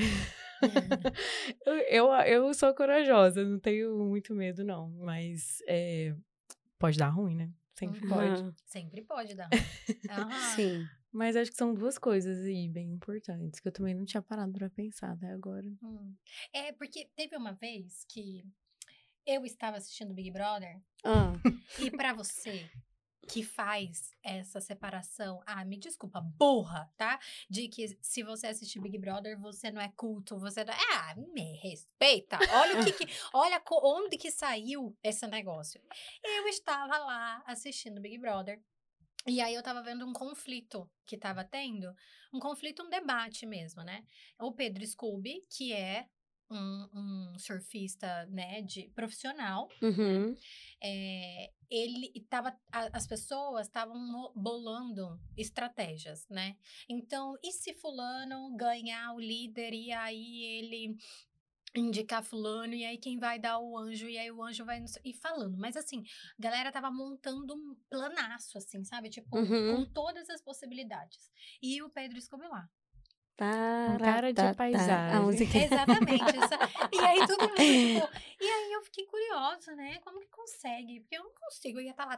eu sou corajosa, não tenho muito medo, não. Mas pode dar ruim, né? Sempre pode. Sempre pode dar ruim. Sim. Mas acho que são duas coisas aí bem importantes, que eu também não tinha parado pra pensar até agora. Porque teve uma vez que eu estava assistindo Big Brother, e pra você que faz essa separação, me desculpa, burra, tá? De que se você assistir Big Brother, você não é culto, você não... me respeita. Olha onde que saiu esse negócio. Eu estava lá assistindo Big Brother, e aí eu tava vendo um conflito que tava tendo, um debate mesmo, né? O Pedro Scooby, que é um surfista, né, profissional, né? As pessoas estavam bolando estratégias, né? Então, e se fulano ganhar o líder e aí ele indicar fulano, e aí quem vai dar o anjo, e aí o anjo vai... E falando, mas assim, a galera tava montando um planaço, assim, sabe? Tipo, com todas as possibilidades. E o Pedro Scooby lá. Cara de paisagem. A música. Exatamente. E aí todo mundo, tipo... E aí eu fiquei curiosa, né? Como que consegue? Porque eu não consigo, eu ia estar lá...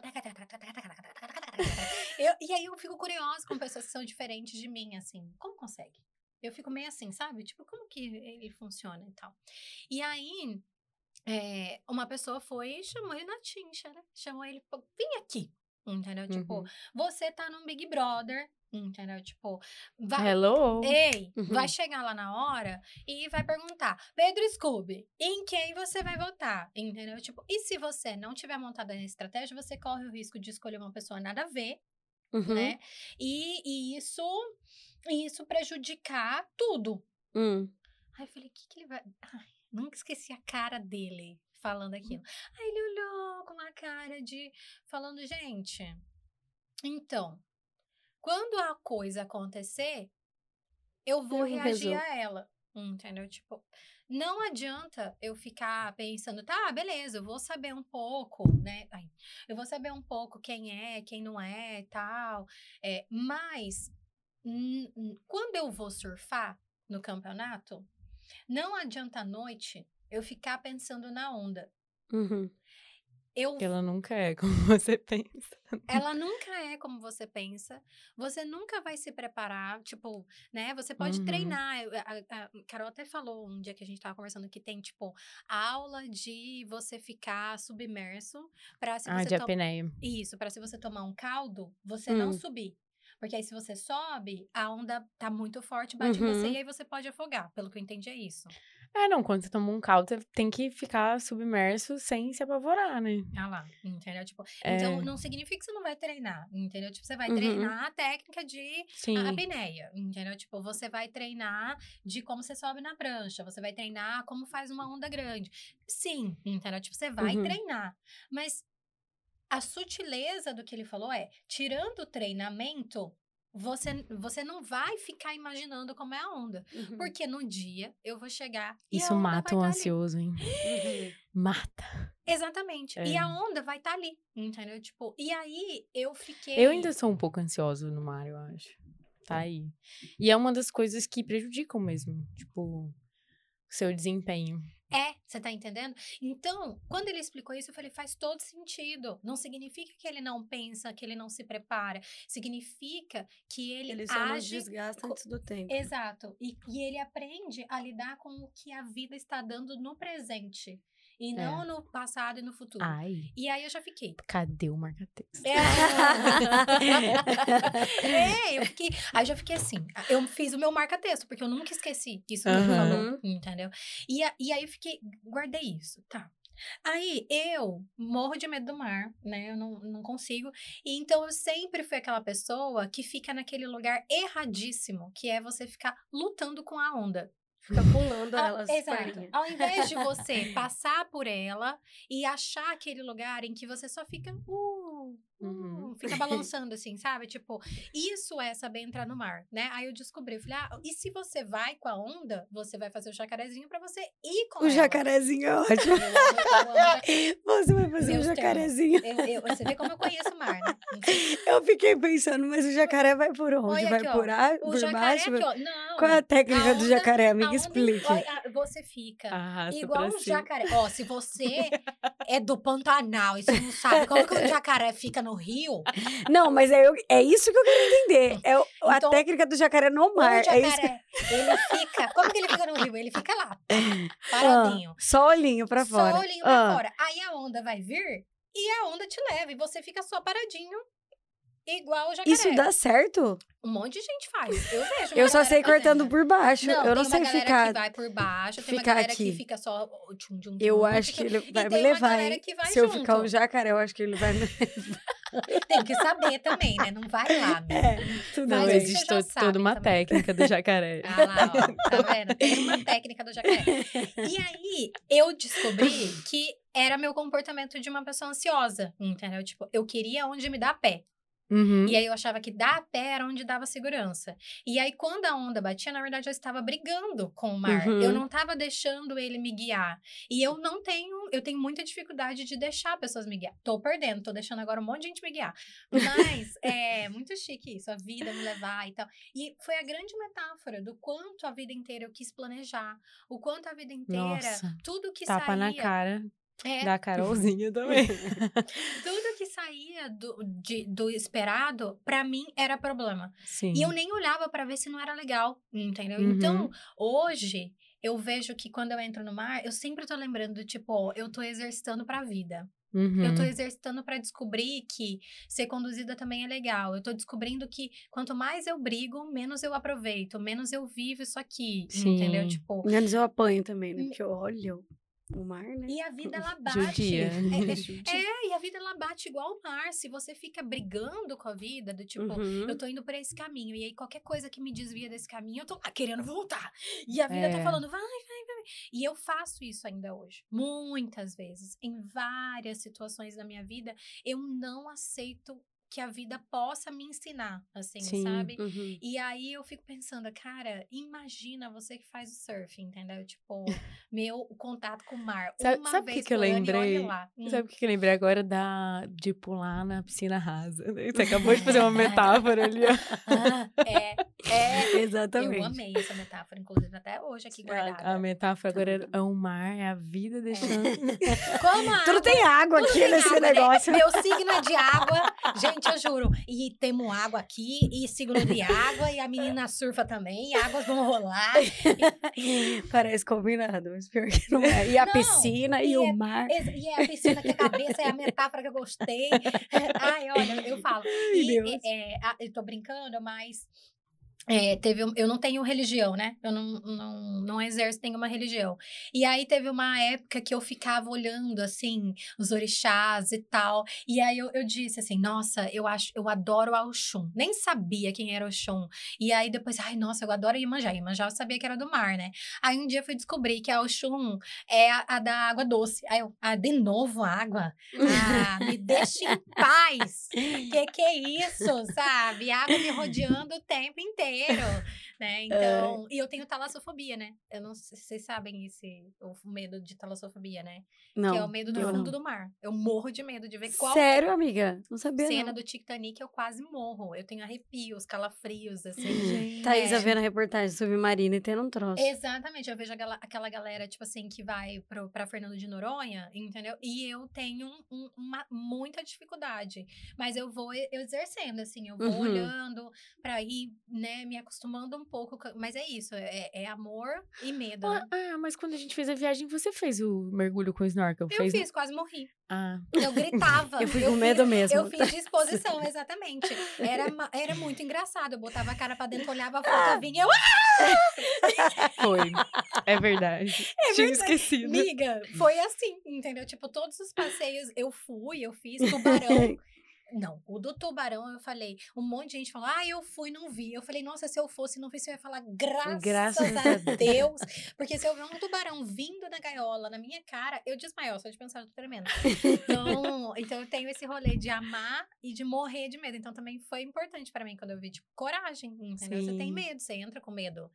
E aí eu fico curiosa com pessoas que são diferentes de mim, assim. Como consegue? Eu fico meio assim, sabe? Tipo, como que ele funciona e tal. E aí, uma pessoa foi e chamou ele na chincha, né? Chamou ele, vem aqui, entendeu? Tipo, você tá num Big Brother, entendeu? Tipo, Hello! Ei, vai chegar lá na hora e vai perguntar, Pedro Scooby, em quem você vai votar, entendeu? Tipo, e se você não tiver montada na estratégia, você corre o risco de escolher uma pessoa nada a ver, né? E isso prejudicar tudo. Aí eu falei, o que ele vai... nunca esqueci a cara dele falando aquilo. Aí ele olhou com uma cara de... falando, gente, então, quando a coisa acontecer, eu vou reagir a ela, entendeu? Tipo, não adianta eu ficar pensando, tá, beleza, eu vou saber um pouco, né? Eu vou saber um pouco quem é, quem não é e tal. Mas, quando eu vou surfar no campeonato, não adianta à noite eu ficar pensando na onda. Porque ela nunca é como você pensa. Ela nunca é como você pensa. Você nunca vai se preparar, tipo, né? Você pode treinar. A Carol até falou um dia que a gente tava conversando que tem, tipo, aula de você ficar submerso pra se você... de apneia. Isso, pra se você tomar um caldo, você não subir. Porque aí se você sobe, a onda tá muito forte, bate em você e aí você pode afogar. Pelo que eu entendi é isso. Não, quando você toma um caldo, você tem que ficar submerso sem se apavorar, né? Ah lá, entendeu? Tipo, então, não significa que você não vai treinar, entendeu? Tipo, você vai treinar a técnica de apneia, entendeu? Tipo, você vai treinar de como você sobe na prancha, você vai treinar como faz uma onda grande. Sim, entendeu? Tipo, você vai treinar, mas a sutileza do que ele falou tirando o treinamento, você não vai ficar imaginando como é a onda. Porque no dia eu vou chegar e isso a onda mata vai o tá ansioso, hein? Mata. Exatamente. E a onda vai estar ali, entendeu? Tipo, e aí eu fiquei... Eu ainda sou um pouco ansiosa no mar, eu acho. Tá aí. E é uma das coisas que prejudicam mesmo, tipo, seu desempenho. Você tá entendendo? Então, quando ele explicou isso, eu falei, faz todo sentido. Não significa que ele não pensa, que ele não se prepara. Significa que ele só não desgasta antes do tempo. Exato. E ele aprende a lidar com o que a vida está dando no presente. E não no passado e no futuro. E aí eu já fiquei. Cadê o marca-texto? Eu fiquei. Aí eu já fiquei assim. Eu fiz o meu marca-texto, porque eu nunca esqueci isso que ele falou, entendeu? E aí eu fiquei. Guardei isso, tá. Aí eu morro de medo do mar, né? Eu não consigo. E então eu sempre fui aquela pessoa que fica naquele lugar erradíssimo, que é você ficar lutando com a onda. Fica pulando elas. Exato. Ao invés de você passar por ela e achar aquele lugar em que você só fica... fica balançando assim, sabe? Tipo, isso é saber entrar no mar, né? Aí eu descobri, eu falei, e se você vai com a onda, você vai fazer o jacarezinho pra você ir com ela. O jacarezinho é ótimo. Você vai fazer o jacarezinho. Você vê como eu conheço o mar, né? Eu fiquei pensando, mas o jacaré vai por onde? Olha vai aqui, por baixo? Aqui, ó. Não. Qual é a técnica do jacaré? Me explique. Você fica Arrasta igual um jacaré. Ó, se você é do Pantanal e você não sabe como que o jacaré fica no rio... Não, mas é isso que eu quero entender. A técnica do jacaré no mar. O jacaré, ele fica... Como que ele fica no rio? Ele fica lá, paradinho. Só olhinho pra fora. Só olhinho pra fora. Aí a onda vai vir e a onda te leva. E você fica só paradinho, igual o jacaré. Isso dá certo? Um monte de gente faz. Eu vejo. Eu só sei cortando por baixo. Não, eu não sei ficar. Tem uma galera que vai por baixo, tem uma galera aqui. Que fica só... Eu acho que ele vai me levar, hein? Se eu ficar um jacaré, eu acho que ele vai me levar. Tem que saber também, né? Não vai lá, né? Não existe toda uma técnica do jacaré. Lá, ó. Tá vendo? Tem uma técnica do jacaré. E aí, eu descobri que era meu comportamento de uma pessoa ansiosa, entendeu? Tipo, eu queria onde me dá pé. E aí eu achava que dar pé era onde dava segurança. E aí quando a onda batia, na verdade eu estava brigando com o mar. Eu não estava deixando ele me guiar. E eu tenho muita dificuldade de deixar pessoas me guiar. Tô perdendo, tô deixando agora um monte de gente me guiar. Mas é muito chique isso, a vida me levar e tal. E foi a grande metáfora do quanto a vida inteira eu quis planejar. O quanto a vida inteira, tudo que saía... Tapa na cara. Da Carolzinha também. Tudo que saía do esperado, pra mim, era problema. Sim. E eu nem olhava pra ver se não era legal, entendeu? Então, hoje, eu vejo que quando eu entro no mar, eu sempre tô lembrando, tipo, eu tô exercitando pra vida. Eu tô exercitando pra descobrir que ser conduzida também é legal. Eu tô descobrindo que quanto mais eu brigo, menos eu aproveito, menos eu vivo isso aqui, entendeu? Tipo, menos eu apanho também, né? Porque eu olho... O mar, né? E a vida, ela bate. Judia. E a vida, ela bate igual o mar. Se você fica brigando com a vida, do tipo, eu tô indo por esse caminho. E aí, qualquer coisa que me desvia desse caminho, eu tô lá querendo voltar. E a vida tá falando, vai. E eu faço isso ainda hoje. Muitas vezes. Em várias situações da minha vida, eu não aceito que a vida possa me ensinar, assim, sabe? E aí eu fico pensando, cara, imagina você que faz o surf, entendeu? Tipo, o contato com o mar. Sabe o que eu lembrei? Sabe o que eu lembrei agora de pular na piscina rasa? Você acabou de fazer uma metáfora ali, ó. Exatamente. Eu amei essa metáfora, inclusive até hoje aqui guardada. A metáfora agora é o mar, é a vida deixando... Como a Tudo tem água aqui nesse negócio. Né? Meu signo é de água, gente, eu juro. E temos água aqui, e signo de água, e a menina surfa também, e águas vão rolar. Parece combinado, mas pior que não é. E a piscina, e o mar. E é a piscina que é a cabeça, é a metáfora que eu gostei. Ai, olha, eu falo. Eu tô brincando, mas... eu não tenho religião, né? Eu não exerço nenhuma religião. E aí teve uma época que eu ficava olhando, assim, os orixás e tal. E aí eu disse assim, nossa, eu adoro a Oxum. Nem sabia quem era Oxum. E aí depois, ai, nossa, eu adoro Iemanjá. Iemanjá eu sabia que era do mar, né? Aí um dia eu fui descobrir que a Oxum é a da água doce. Aí eu, de novo água? Me deixa em paz. Que é isso, sabe? Água me rodeando o tempo inteiro. Né? Então, e eu tenho talassofobia, né? Eu não sei se vocês sabem o medo de talassofobia, né? Não. Que é o medo do fundo do mar. Eu morro de medo de ver Sério, amiga? Não sabia, cena não. do Titanic, eu quase morro. Eu tenho arrepios, calafrios, assim. Thaisa vendo a reportagem submarina e tendo um troço. Exatamente. Eu vejo aquela galera, tipo assim, que vai pra Fernando de Noronha, entendeu? E eu tenho muita dificuldade. Mas eu vou exercendo, assim. Eu vou olhando pra ir, né, me acostumando um pouco. Mas é isso. É amor e medo, né? Mas quando a gente fez a viagem, você fez o mergulho com snorkel? Eu fiz, quase morri. Ah. Eu gritava. Eu fui com medo mesmo. Eu fiz disposição, exatamente. Era muito engraçado. Eu botava a cara pra dentro, olhava a foto, vinha eu... Foi. É verdade. Tinha esquecido. Miga, foi assim, entendeu? Tipo, todos os passeios eu fiz tubarão. Não, o do tubarão eu falei, um monte de gente falou, eu fui, não vi. Eu falei, nossa, se eu fosse, não vi, você ia falar, graças a Deus. Porque se eu ver um tubarão vindo na gaiola, na minha cara, eu desmaio, só de pensar, eu tô tremendo. Então eu tenho esse rolê de amar e de morrer de medo. Então também foi importante pra mim quando eu vi, tipo, coragem, entendeu? Sim. Você tem medo, você entra com medo.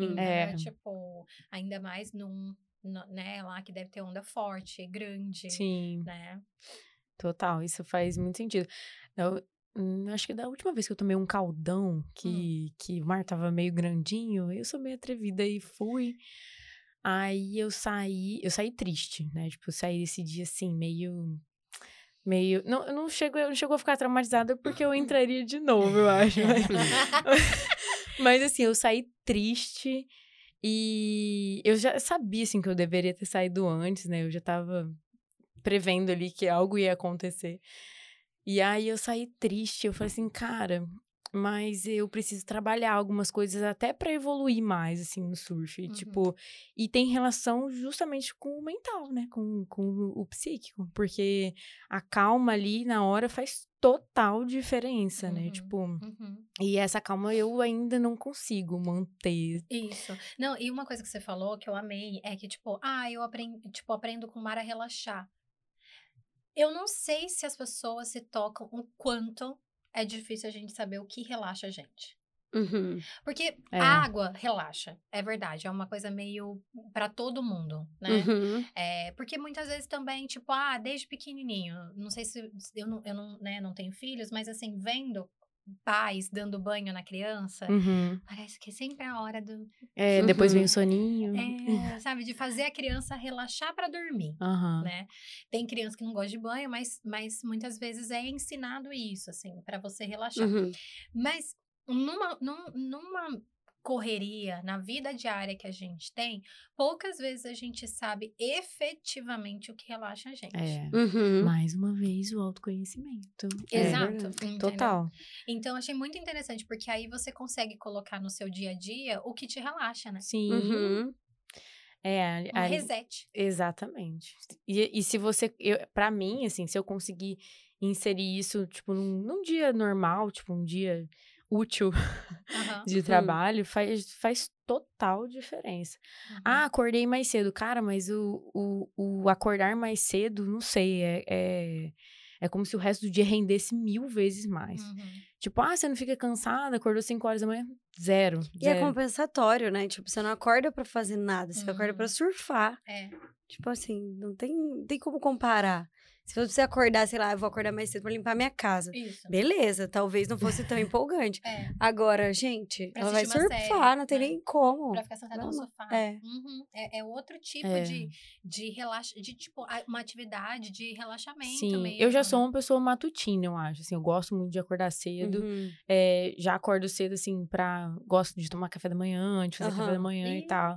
Tipo, ainda mais né, lá que deve ter onda forte, grande. Sim. Né? Total, isso faz muito sentido. Eu acho que da última vez que eu tomei um caldão, que o mar tava meio grandinho, eu sou meio atrevida e fui. Aí eu saí triste, né? Tipo, eu saí esse dia assim, meio... eu não chego a ficar traumatizada porque eu entraria de novo, eu acho. Mas assim, eu saí triste e eu já sabia, assim, que eu deveria ter saído antes, né? Eu já tava prevendo ali que algo ia acontecer. E aí eu saí triste, eu falei assim, cara, mas eu preciso trabalhar algumas coisas até pra evoluir mais, assim, no surf. Tipo, e tem relação justamente com o mental, né? Com o psíquico. Porque a calma ali na hora faz total diferença, né? Tipo, e essa calma eu ainda não consigo manter. Isso. Não, e uma coisa que você falou que eu amei é que, tipo, eu aprendo com o mar a relaxar. Eu não sei se as pessoas se tocam o quanto é difícil a gente saber o que relaxa a gente. Porque a água relaxa, é verdade. É uma coisa meio pra todo mundo, né? Porque muitas vezes também, tipo, desde pequenininho, não sei se eu não tenho filhos, mas assim, vendo pais dando banho na criança, parece que sempre é a hora do... depois vem o soninho. Sabe, de fazer a criança relaxar pra dormir, né? Tem criança que não gosta de banho, mas muitas vezes é ensinado isso, assim, pra você relaxar. Mas numa correria, na vida diária que a gente tem, poucas vezes a gente sabe efetivamente o que relaxa a gente. Mais uma vez, o autoconhecimento. Exato. Total. Então, achei muito interessante, porque aí você consegue colocar no seu dia a dia o que te relaxa, né? Sim. Um reset. Exatamente. E se você... pra mim, assim, se eu conseguir inserir isso, tipo, num dia normal, tipo, um dia útil de trabalho, faz total diferença. Acordei mais cedo. Cara, mas o acordar mais cedo, não sei, é como se o resto do dia rendesse 1000 vezes mais. Tipo, você não fica cansada, acordou 5 horas da manhã? Zero. E é compensatório, né? Tipo, você não acorda pra fazer nada, você acorda pra surfar. Tipo assim, não tem como comparar. Se você acordar, sei lá, eu vou acordar mais cedo pra limpar minha casa. Isso. Beleza, talvez não fosse tão empolgante. Agora, gente, pra ela vai surfar, série, não tem nem como. Pra ficar sentada no sofá. É outro tipo de tipo, uma atividade de relaxamento. Sim, mesmo, eu já sou uma pessoa matutina, eu acho. Assim, eu gosto muito de acordar cedo. Já acordo cedo, assim, gosto de tomar café da manhã, de fazer café da manhã e tal.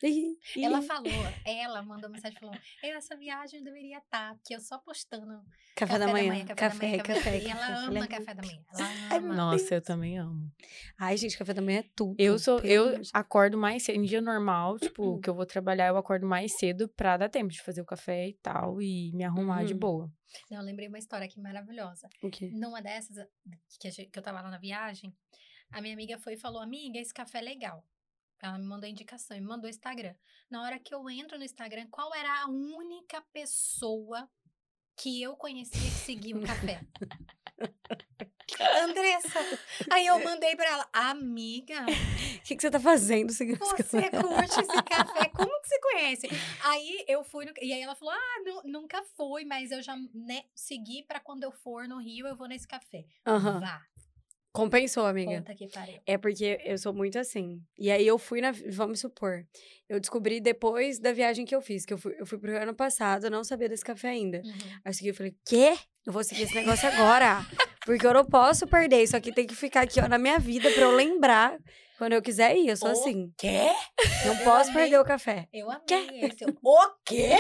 Ela mandou mensagem, falou, essa viagem eu deveria estar, porque eu só postando café da manhã. Café. E ela ama café da manhã. Ela ama. Nossa, eu também amo. Ai, gente, café da manhã é tudo. Eu acordo mais cedo, em dia normal, tipo, que eu vou trabalhar, eu acordo mais cedo pra dar tempo de fazer o café e tal, e me arrumar de boa. Não, eu lembrei uma história aqui maravilhosa. O quê? Numa dessas, que eu tava lá na viagem, a minha amiga foi e falou, amiga, esse café é legal. Ela me mandou a indicação, me mandou o Instagram. Na hora que eu entro no Instagram, qual era a única pessoa que eu conhecia que seguia o café? Andressa. Aí eu mandei pra ela, amiga, o que você tá fazendo? Você curte esse café? Como que você conhece? Aí eu fui, e aí ela falou, nunca fui, mas eu já segui pra quando eu for no Rio, eu vou nesse café. Vá. Compensou, amiga. Conta que pariu. É porque eu sou muito assim. E aí eu fui vamos supor, eu descobri depois da viagem que eu fiz, que eu fui pro ano passado, eu não sabia desse café ainda. Aí eu falei, quê? Eu vou seguir esse negócio agora. Porque eu não posso perder. Isso aqui tem que ficar aqui, ó, na minha vida pra eu lembrar quando eu quiser ir. Eu sou assim. Quê? Não posso perder o café. Eu amei esse. O quê?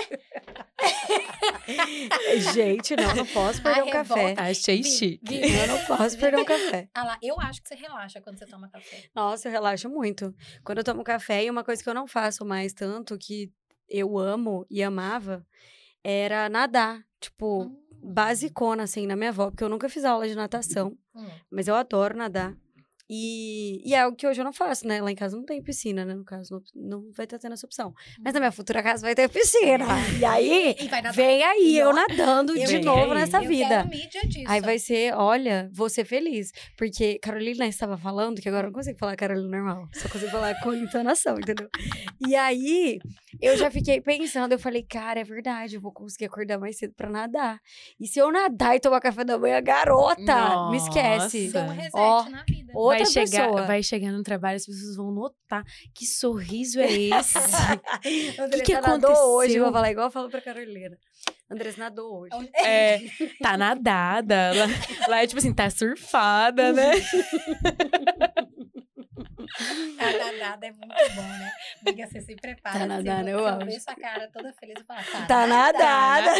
Gente, não posso perder um café. Achei chique. Eu não posso perder um café. Eu acho que você relaxa quando você toma café. Nossa, eu relaxo muito. Quando eu tomo café, e uma coisa que eu não faço mais tanto, que eu amo e amava, era nadar. Tipo, basicona, assim, na minha avó. Porque eu nunca fiz aula de natação. Mas eu adoro nadar. E é algo que hoje eu não faço, né? Lá em casa não tem piscina, né? No caso, não vai estar tendo essa opção. Mas na minha futura casa vai ter piscina. E aí, vem aí, eu nadando de novo nessa vida. Eu quero mídia disso. Aí vai ser, olha, vou ser feliz. Porque Carolina estava falando, que agora eu não consigo falar Carolina normal. Só consigo falar com entonação, entendeu? E aí, eu já fiquei pensando, eu falei, cara, é verdade, eu vou conseguir acordar mais cedo pra nadar. E se eu nadar e tomar café da manhã, garota, me esquece. Deu um reset na vida. Vai chegar no trabalho, as pessoas vão notar que sorriso é esse. O que aconteceu hoje? Eu vou falar igual eu falo pra Carolina. Andressa nadou hoje. Tá nadada. Lá é tipo assim, tá surfada, né? Tá nadada é muito bom, né? Amiga, você se prepara. Tá nadada, eu amo. Eu vejo sua cara toda feliz e falo, tá nadada.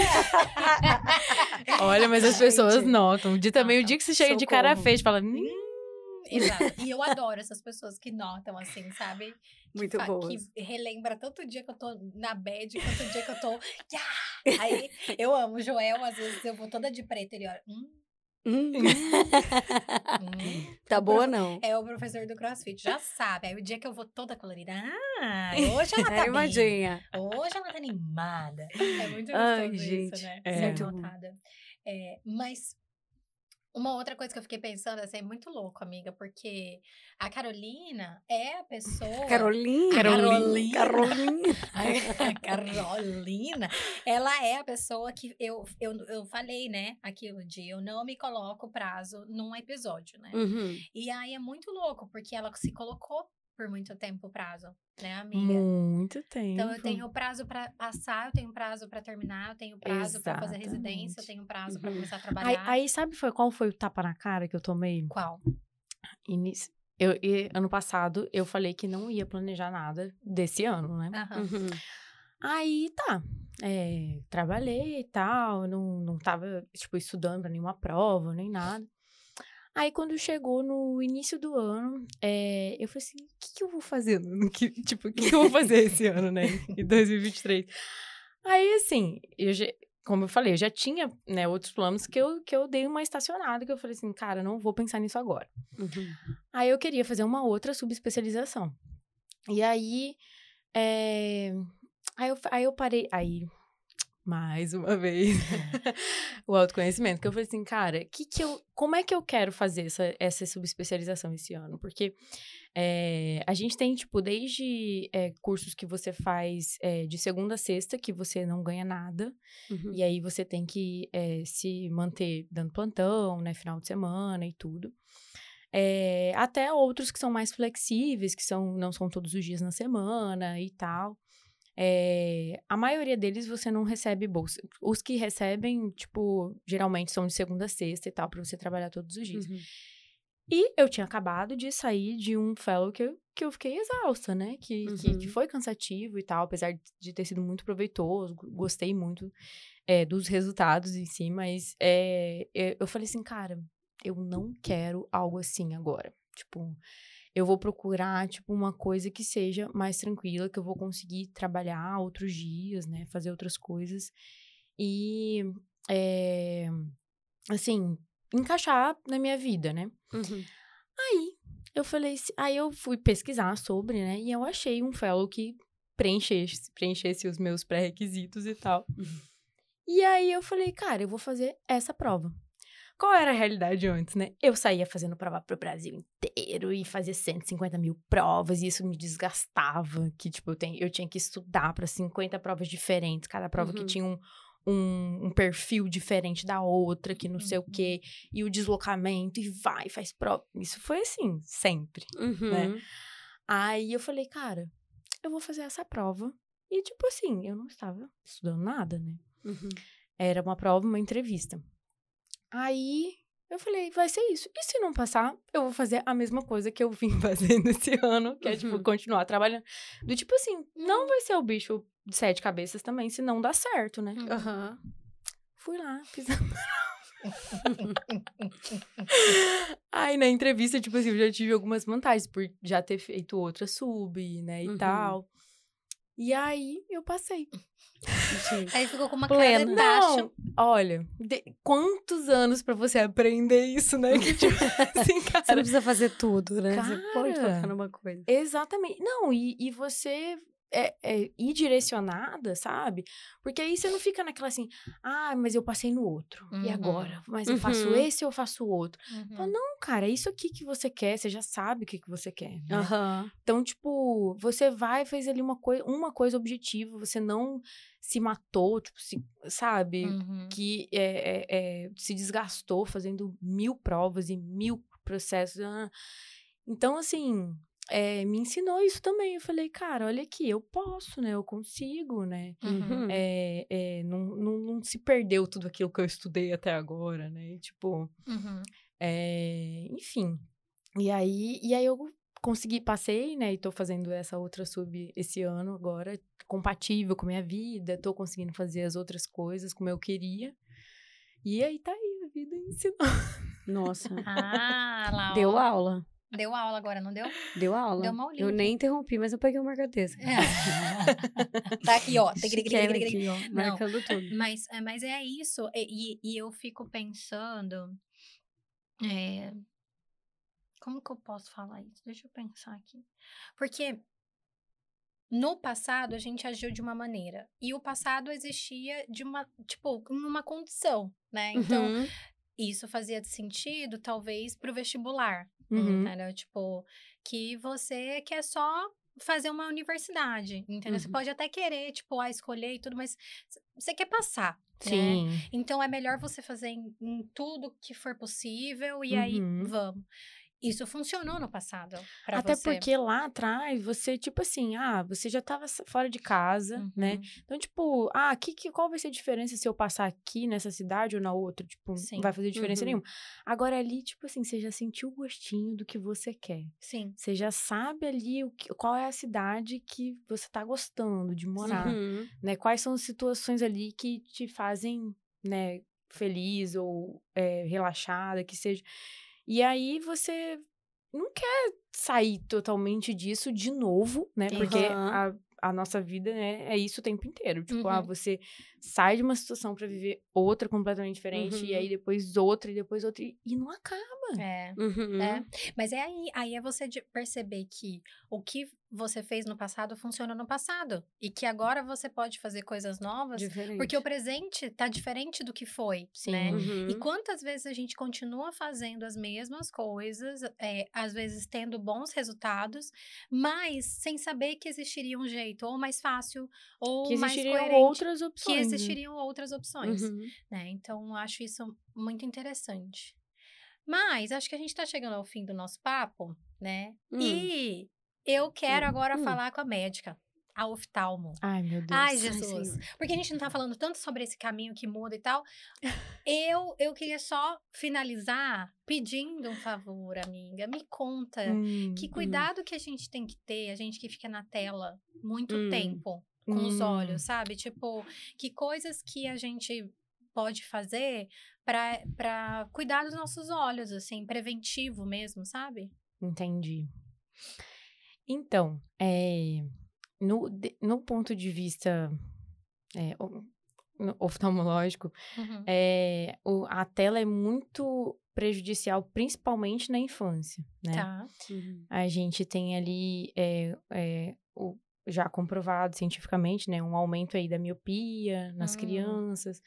Olha, mas as pessoas notam. Também o dia que você chega de cara feia, fala... Exato. E eu adoro essas pessoas que notam, assim, sabe? Muito boas. Que relembra tanto dia que eu tô na bad, quanto dia que eu tô... Aí, eu amo o Joel, às vezes eu vou toda de preto, ele olha... Tá boa, não? É o professor do CrossFit, já sabe. Aí o dia que eu vou toda colorida, hoje ela tá bem. Hoje ela tá animada. É muito gostoso isso, né? Ser notada. Mas uma outra coisa que eu fiquei pensando, assim, é muito louco, amiga, porque a Carolina é a pessoa... Carolina, ela é a pessoa que eu falei, né, aquilo de eu não me coloco prazo num episódio, né? E aí é muito louco, porque ela se colocou por muito tempo o prazo, né, amiga? Muito tempo. Então, eu tenho prazo pra passar, eu tenho prazo pra terminar, eu tenho prazo pra fazer residência, eu tenho prazo pra começar a trabalhar. Aí sabe qual foi o tapa na cara que eu tomei? Qual? Ano passado, eu falei que não ia planejar nada desse ano, né? Aí, tá. Trabalhei e tal, não tava, tipo, estudando pra nenhuma prova, nem nada. Aí, quando chegou no início do ano, eu falei assim, o que eu vou fazer? O que eu vou fazer esse ano, né? Em 2023. Aí, assim, como eu falei, eu já tinha, né, outros planos que eu dei uma estacionada, que eu falei assim, cara, não vou pensar nisso agora. Aí, eu queria fazer uma outra subespecialização. E aí, aí eu parei... Mais uma vez, o autoconhecimento, que eu falei assim, cara, como é que eu quero fazer essa subespecialização esse ano? Porque a gente tem, tipo, desde cursos que você faz de segunda a sexta, que você não ganha nada, e aí você tem que se manter dando plantão, né, final de semana e tudo. Até outros que são mais flexíveis, que não são todos os dias na semana e tal. A maioria deles você não recebe bolsa. Os que recebem, tipo, geralmente são de segunda a sexta e tal, pra você trabalhar todos os dias. E eu tinha acabado de sair de um fellow que eu fiquei exausta, né? Que foi cansativo e tal, apesar de ter sido muito proveitoso, gostei muito dos resultados em si, mas eu falei assim, cara, eu não quero algo assim agora. Tipo, eu vou procurar, tipo, uma coisa que seja mais tranquila, que eu vou conseguir trabalhar outros dias, né? Fazer outras coisas. E, assim, encaixar na minha vida, né? Aí eu fui pesquisar sobre, né? E eu achei um fellow que preenchesse os meus pré-requisitos e tal. E aí eu falei, cara, eu vou fazer essa prova. Qual era a realidade antes, né? Eu saía fazendo prova pro Brasil inteiro e fazia 150 mil provas, e isso me desgastava, que, tipo, eu tinha que estudar para 50 provas diferentes, cada prova que tinha um perfil diferente da outra, que não sei o quê, e o deslocamento, e faz prova. Isso foi assim, sempre, né? Aí eu falei, cara, eu vou fazer essa prova. E, tipo assim, eu não estava estudando nada, né? Era uma prova, uma entrevista. Aí eu falei, vai ser isso. E se não passar, eu vou fazer a mesma coisa que eu vim fazendo esse ano, que é, tipo, continuar trabalhando. Do tipo assim, não vai ser o bicho de 7 cabeças também, se não dá certo, né? Fui lá, fiz a Aí, na entrevista, tipo assim, eu já tive algumas vantagens por já ter feito outra sub, né, e tal. E aí, eu passei. Aí ficou com uma cara de tacho. Não, olha, quantos anos pra você aprender isso, né? Que, tipo, assim, cara... Você não precisa fazer tudo, né? Cara, você pode focar numa coisa. Exatamente. Não, e você ir direcionada, sabe? Porque aí você não fica naquela assim, mas eu passei no outro. E agora? Mas eu faço esse ou eu faço o outro? Fala, não, cara, é isso aqui que você quer, você já sabe o que você quer, né? Então, tipo, você fez ali uma coisa objetiva, você não se matou, tipo, sabe? Que se desgastou fazendo 1000 provas e 1000 processos. Então, assim... me ensinou isso também. Eu falei, cara, olha aqui, eu posso, né? Eu consigo, né? Não se perdeu tudo aquilo que eu estudei até agora, né? Tipo, enfim. E aí eu passei, né? E tô fazendo essa outra sub esse ano agora, compatível com a minha vida. Tô conseguindo fazer as outras coisas como eu queria. E aí tá aí, a vida ensinou. Nossa. Lá, Deu aula. Deu aula agora, não deu? Deu aula. Deu uma aulinha. Eu nem interrompi, mas eu peguei o marca-texto. Tá aqui, ó. Aqui, ó, marcando tudo. Mas é isso. E eu fico pensando... como que eu posso falar isso? Deixa eu pensar aqui. Porque no passado a gente agiu de uma maneira. E o passado existia numa condição, né? Então, isso fazia sentido, talvez, pro vestibular. Entendeu? Tipo, que você quer só fazer uma universidade, entendeu? Você pode até querer, tipo, escolher e tudo, mas você quer passar, Sim. né? Então, é melhor você fazer em tudo que for possível e aí, vamos. Isso funcionou no passado pra Até você. porque lá atrás, você, tipo assim, você já tava fora de casa, né? Então, tipo, qual vai ser a diferença se eu passar aqui nessa cidade ou na outra? Tipo, não vai fazer diferença nenhuma. Agora, ali, tipo assim, você já sentiu o gostinho do que você quer. Sim. Você já sabe ali qual é a cidade que você tá gostando de morar, né? Quais são as situações ali que te fazem, né, feliz ou relaxada, que seja... E aí, você não quer sair totalmente disso de novo, né? Porque a nossa vida, né, é isso o tempo inteiro. Tipo, você sai de uma situação pra viver outra completamente diferente, e aí depois outra, e depois outra, e não acaba. Mas aí é você perceber que o que você fez no passado funcionou no passado. E que agora você pode fazer coisas novas, porque o presente tá diferente do que foi, né? E quantas vezes a gente continua fazendo as mesmas coisas, às vezes tendo bons resultados, mas sem saber que existiria um jeito ou mais fácil, ou mais coerente. Outras opções. Que existiriam outras opções, né? Então, eu acho isso muito interessante. Mas, acho que a gente tá chegando ao fim do nosso papo, né? E eu quero agora falar com a médica. a oftalmo. Ai, meu Deus. Ai, Jesus. Porque a gente não tá falando tanto sobre esse caminho que muda e tal. Eu queria só finalizar pedindo um favor, amiga. Me conta que cuidado que a gente tem que ter, a gente que fica na tela muito tempo com os olhos, sabe? Tipo, que coisas que a gente pode fazer pra cuidar dos nossos olhos, assim, preventivo mesmo, sabe? Entendi. Então, no ponto de vista oftalmológico, a tela é muito prejudicial, principalmente na infância, né? Tá. A gente tem ali já comprovado cientificamente, né, um aumento aí da miopia nas crianças.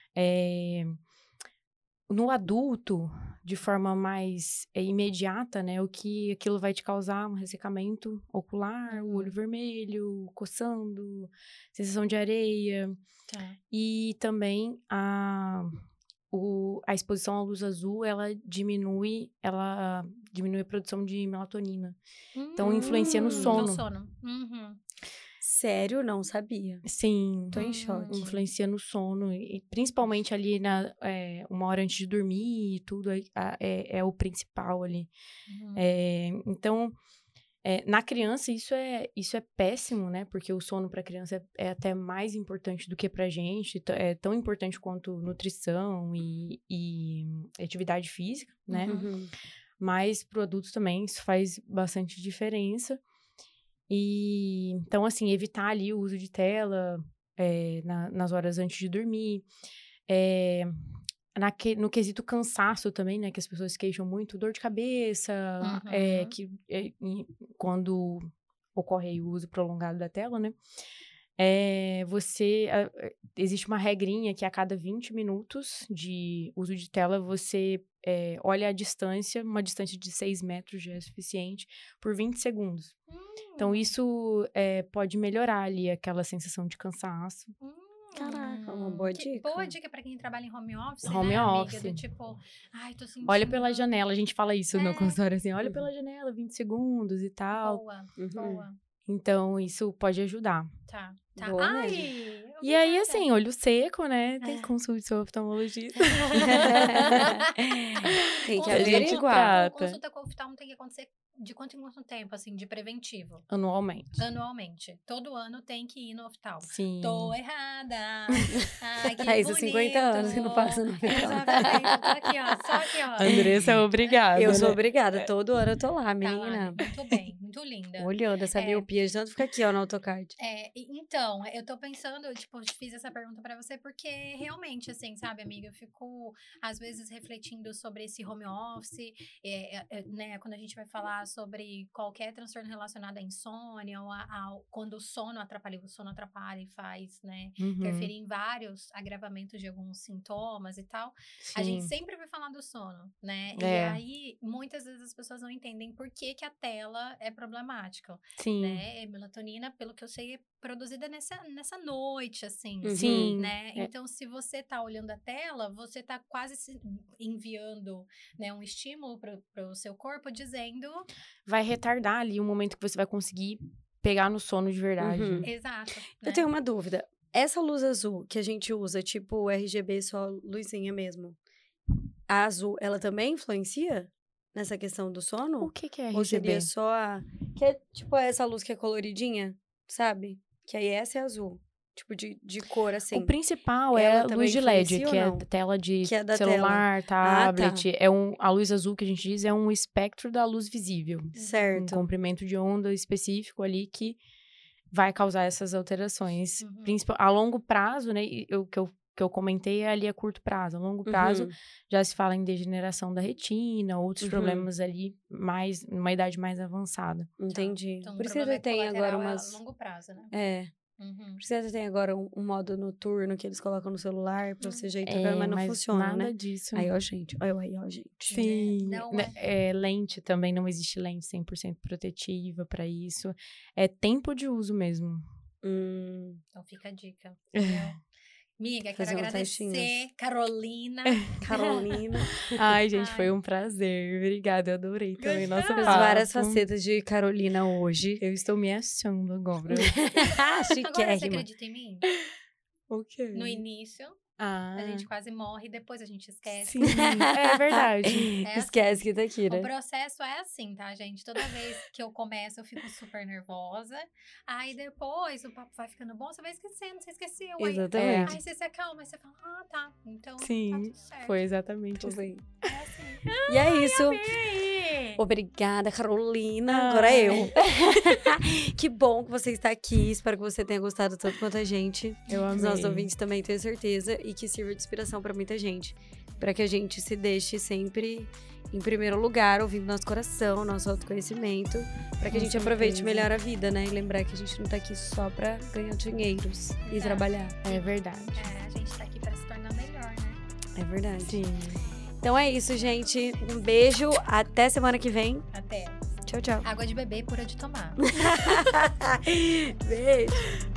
No adulto, de forma mais imediata, né, aquilo vai te causar um ressecamento ocular, o olho vermelho, coçando, sensação de areia. Tá. E também a exposição à luz azul, ela diminui a produção de melatonina. Então, influencia no sono. No sono. Sério? Não sabia. Sim. Tô em choque. Influencia no sono. E principalmente ali uma hora antes de dormir e tudo é o principal ali. Então, na criança, isso é péssimo, né? Porque o sono para criança é até mais importante do que pra gente. É tão importante quanto nutrição e atividade física, né? Mas pro adulto também isso faz bastante diferença. E então, assim, evitar ali o uso de tela nas horas antes de dormir. No quesito cansaço também, né? Que as pessoas queixam muito, dor de cabeça, quando ocorre aí o uso prolongado da tela, né? Existe uma regrinha que a cada 20 minutos de uso de tela, você olha a distância, uma distância de 6 metros já é suficiente, por 20 segundos. Então, isso pode melhorar ali aquela sensação de cansaço. Caraca, uma boa dica. Boa dica pra quem trabalha em home office, home né, office. amiga? Do tipo, ai, tô sentindo... Olha pela janela, a gente fala isso no consultório, assim, olha pela janela, 20 segundos e tal. Boa. Então, isso pode ajudar. Tá. Boa Ai, mesmo. E aí, assim, olho seco, né? Tem consulta seu oftalmologista. Tem que averiguar. Consulta com o oftalmo tem que acontecer de quanto em quanto tempo, assim, de preventivo? Anualmente. Todo ano tem que ir no oftalmo. Sim. Tô errada. Ai, que Aí, bonito. 50 anos que não passa no oftalmo. Exatamente. Tô aqui, ó. Só aqui, ó. Andressa, obrigada. Eu sou obrigada. Todo ano eu tô lá, Tá menina. lá, muito bem. Muito linda. Olhando essa miopia de tanto fica aqui, ó, no AutoCard. Então, eu tô pensando, tipo, fiz essa pergunta pra você porque realmente, assim, sabe, amiga, eu fico, às vezes, refletindo sobre esse home office, né, quando a gente vai falar sobre qualquer transtorno relacionado à insônia, ou quando o sono atrapalha e faz, né, interferir em vários agravamentos de alguns sintomas e tal, a gente sempre vai falar do sono, né, e aí, muitas vezes as pessoas não entendem por que a tela é problemática, né, melatonina, pelo que eu sei, é produzida nessa noite, assim, né? Então, se você tá olhando a tela, você tá quase enviando, né, um estímulo pro seu corpo, dizendo... Vai retardar ali o momento que você vai conseguir pegar no sono de verdade. Exato. Eu tenho uma dúvida. Essa luz azul que a gente usa, tipo o RGB, só luzinha mesmo, a azul, ela também influencia nessa questão do sono? O que é RGB? Ou seria só a... Que é tipo essa luz que é coloridinha, sabe? Que aí essa é azul. Tipo, de cor, assim. O principal é a luz de LED, que é tela de celular, tablet. A luz azul que a gente diz é um espectro da luz visível. Certo. Um comprimento de onda específico ali que vai causar essas alterações. A longo prazo, né? O que eu comentei é ali a curto prazo. A longo prazo, já se fala em degeneração da retina, outros problemas ali, numa idade mais avançada. Entendi. Então, por isso você tem agora umas... a longo prazo, né? Por isso você tem agora um modo noturno que eles colocam no celular pra você já ir trocando, mas não funciona, nada né? disso. Aí, ó, gente. Sim. Lente também, não existe lente 100% protetiva pra isso. É tempo de uso mesmo. Então, fica a dica. Amiga, quero agradecer, Carolina. Ai, gente, foi um prazer. Obrigada, eu adorei também. Nossa, várias facetas de Carolina hoje. Eu estou me achando agora. Agora você acredita em mim? O quê? No início, a gente quase morre, depois a gente esquece. Sim, é verdade. Esquece que tá aqui, né? O processo é assim, tá, gente? Toda vez que eu começo, eu fico super nervosa. Aí depois o papo vai ficando bom, você vai esquecendo, você esqueceu. Exatamente. Aí você se acalma, aí você fala, tá. Então, sim, tá tudo certo. Foi exatamente assim. É assim. E é isso. Amei. Obrigada, Carolina. Agora eu. Que bom que você está aqui. Espero que você tenha gostado tanto quanto a gente. Eu amei. Os nossos ouvintes também, tenho certeza. E que sirva de inspiração para muita gente. Para que a gente se deixe sempre em primeiro lugar, ouvindo nosso coração, nosso autoconhecimento. Para que a gente aproveite melhor a vida, né? E lembrar que a gente não tá aqui só para ganhar dinheiros e trabalhar. É verdade. A gente tá aqui para se tornar melhor, né? É verdade. Sim. Então é isso, gente. Um beijo. Até semana que vem. Até. Tchau, tchau. Água de beber, pura de tomar. Beijo.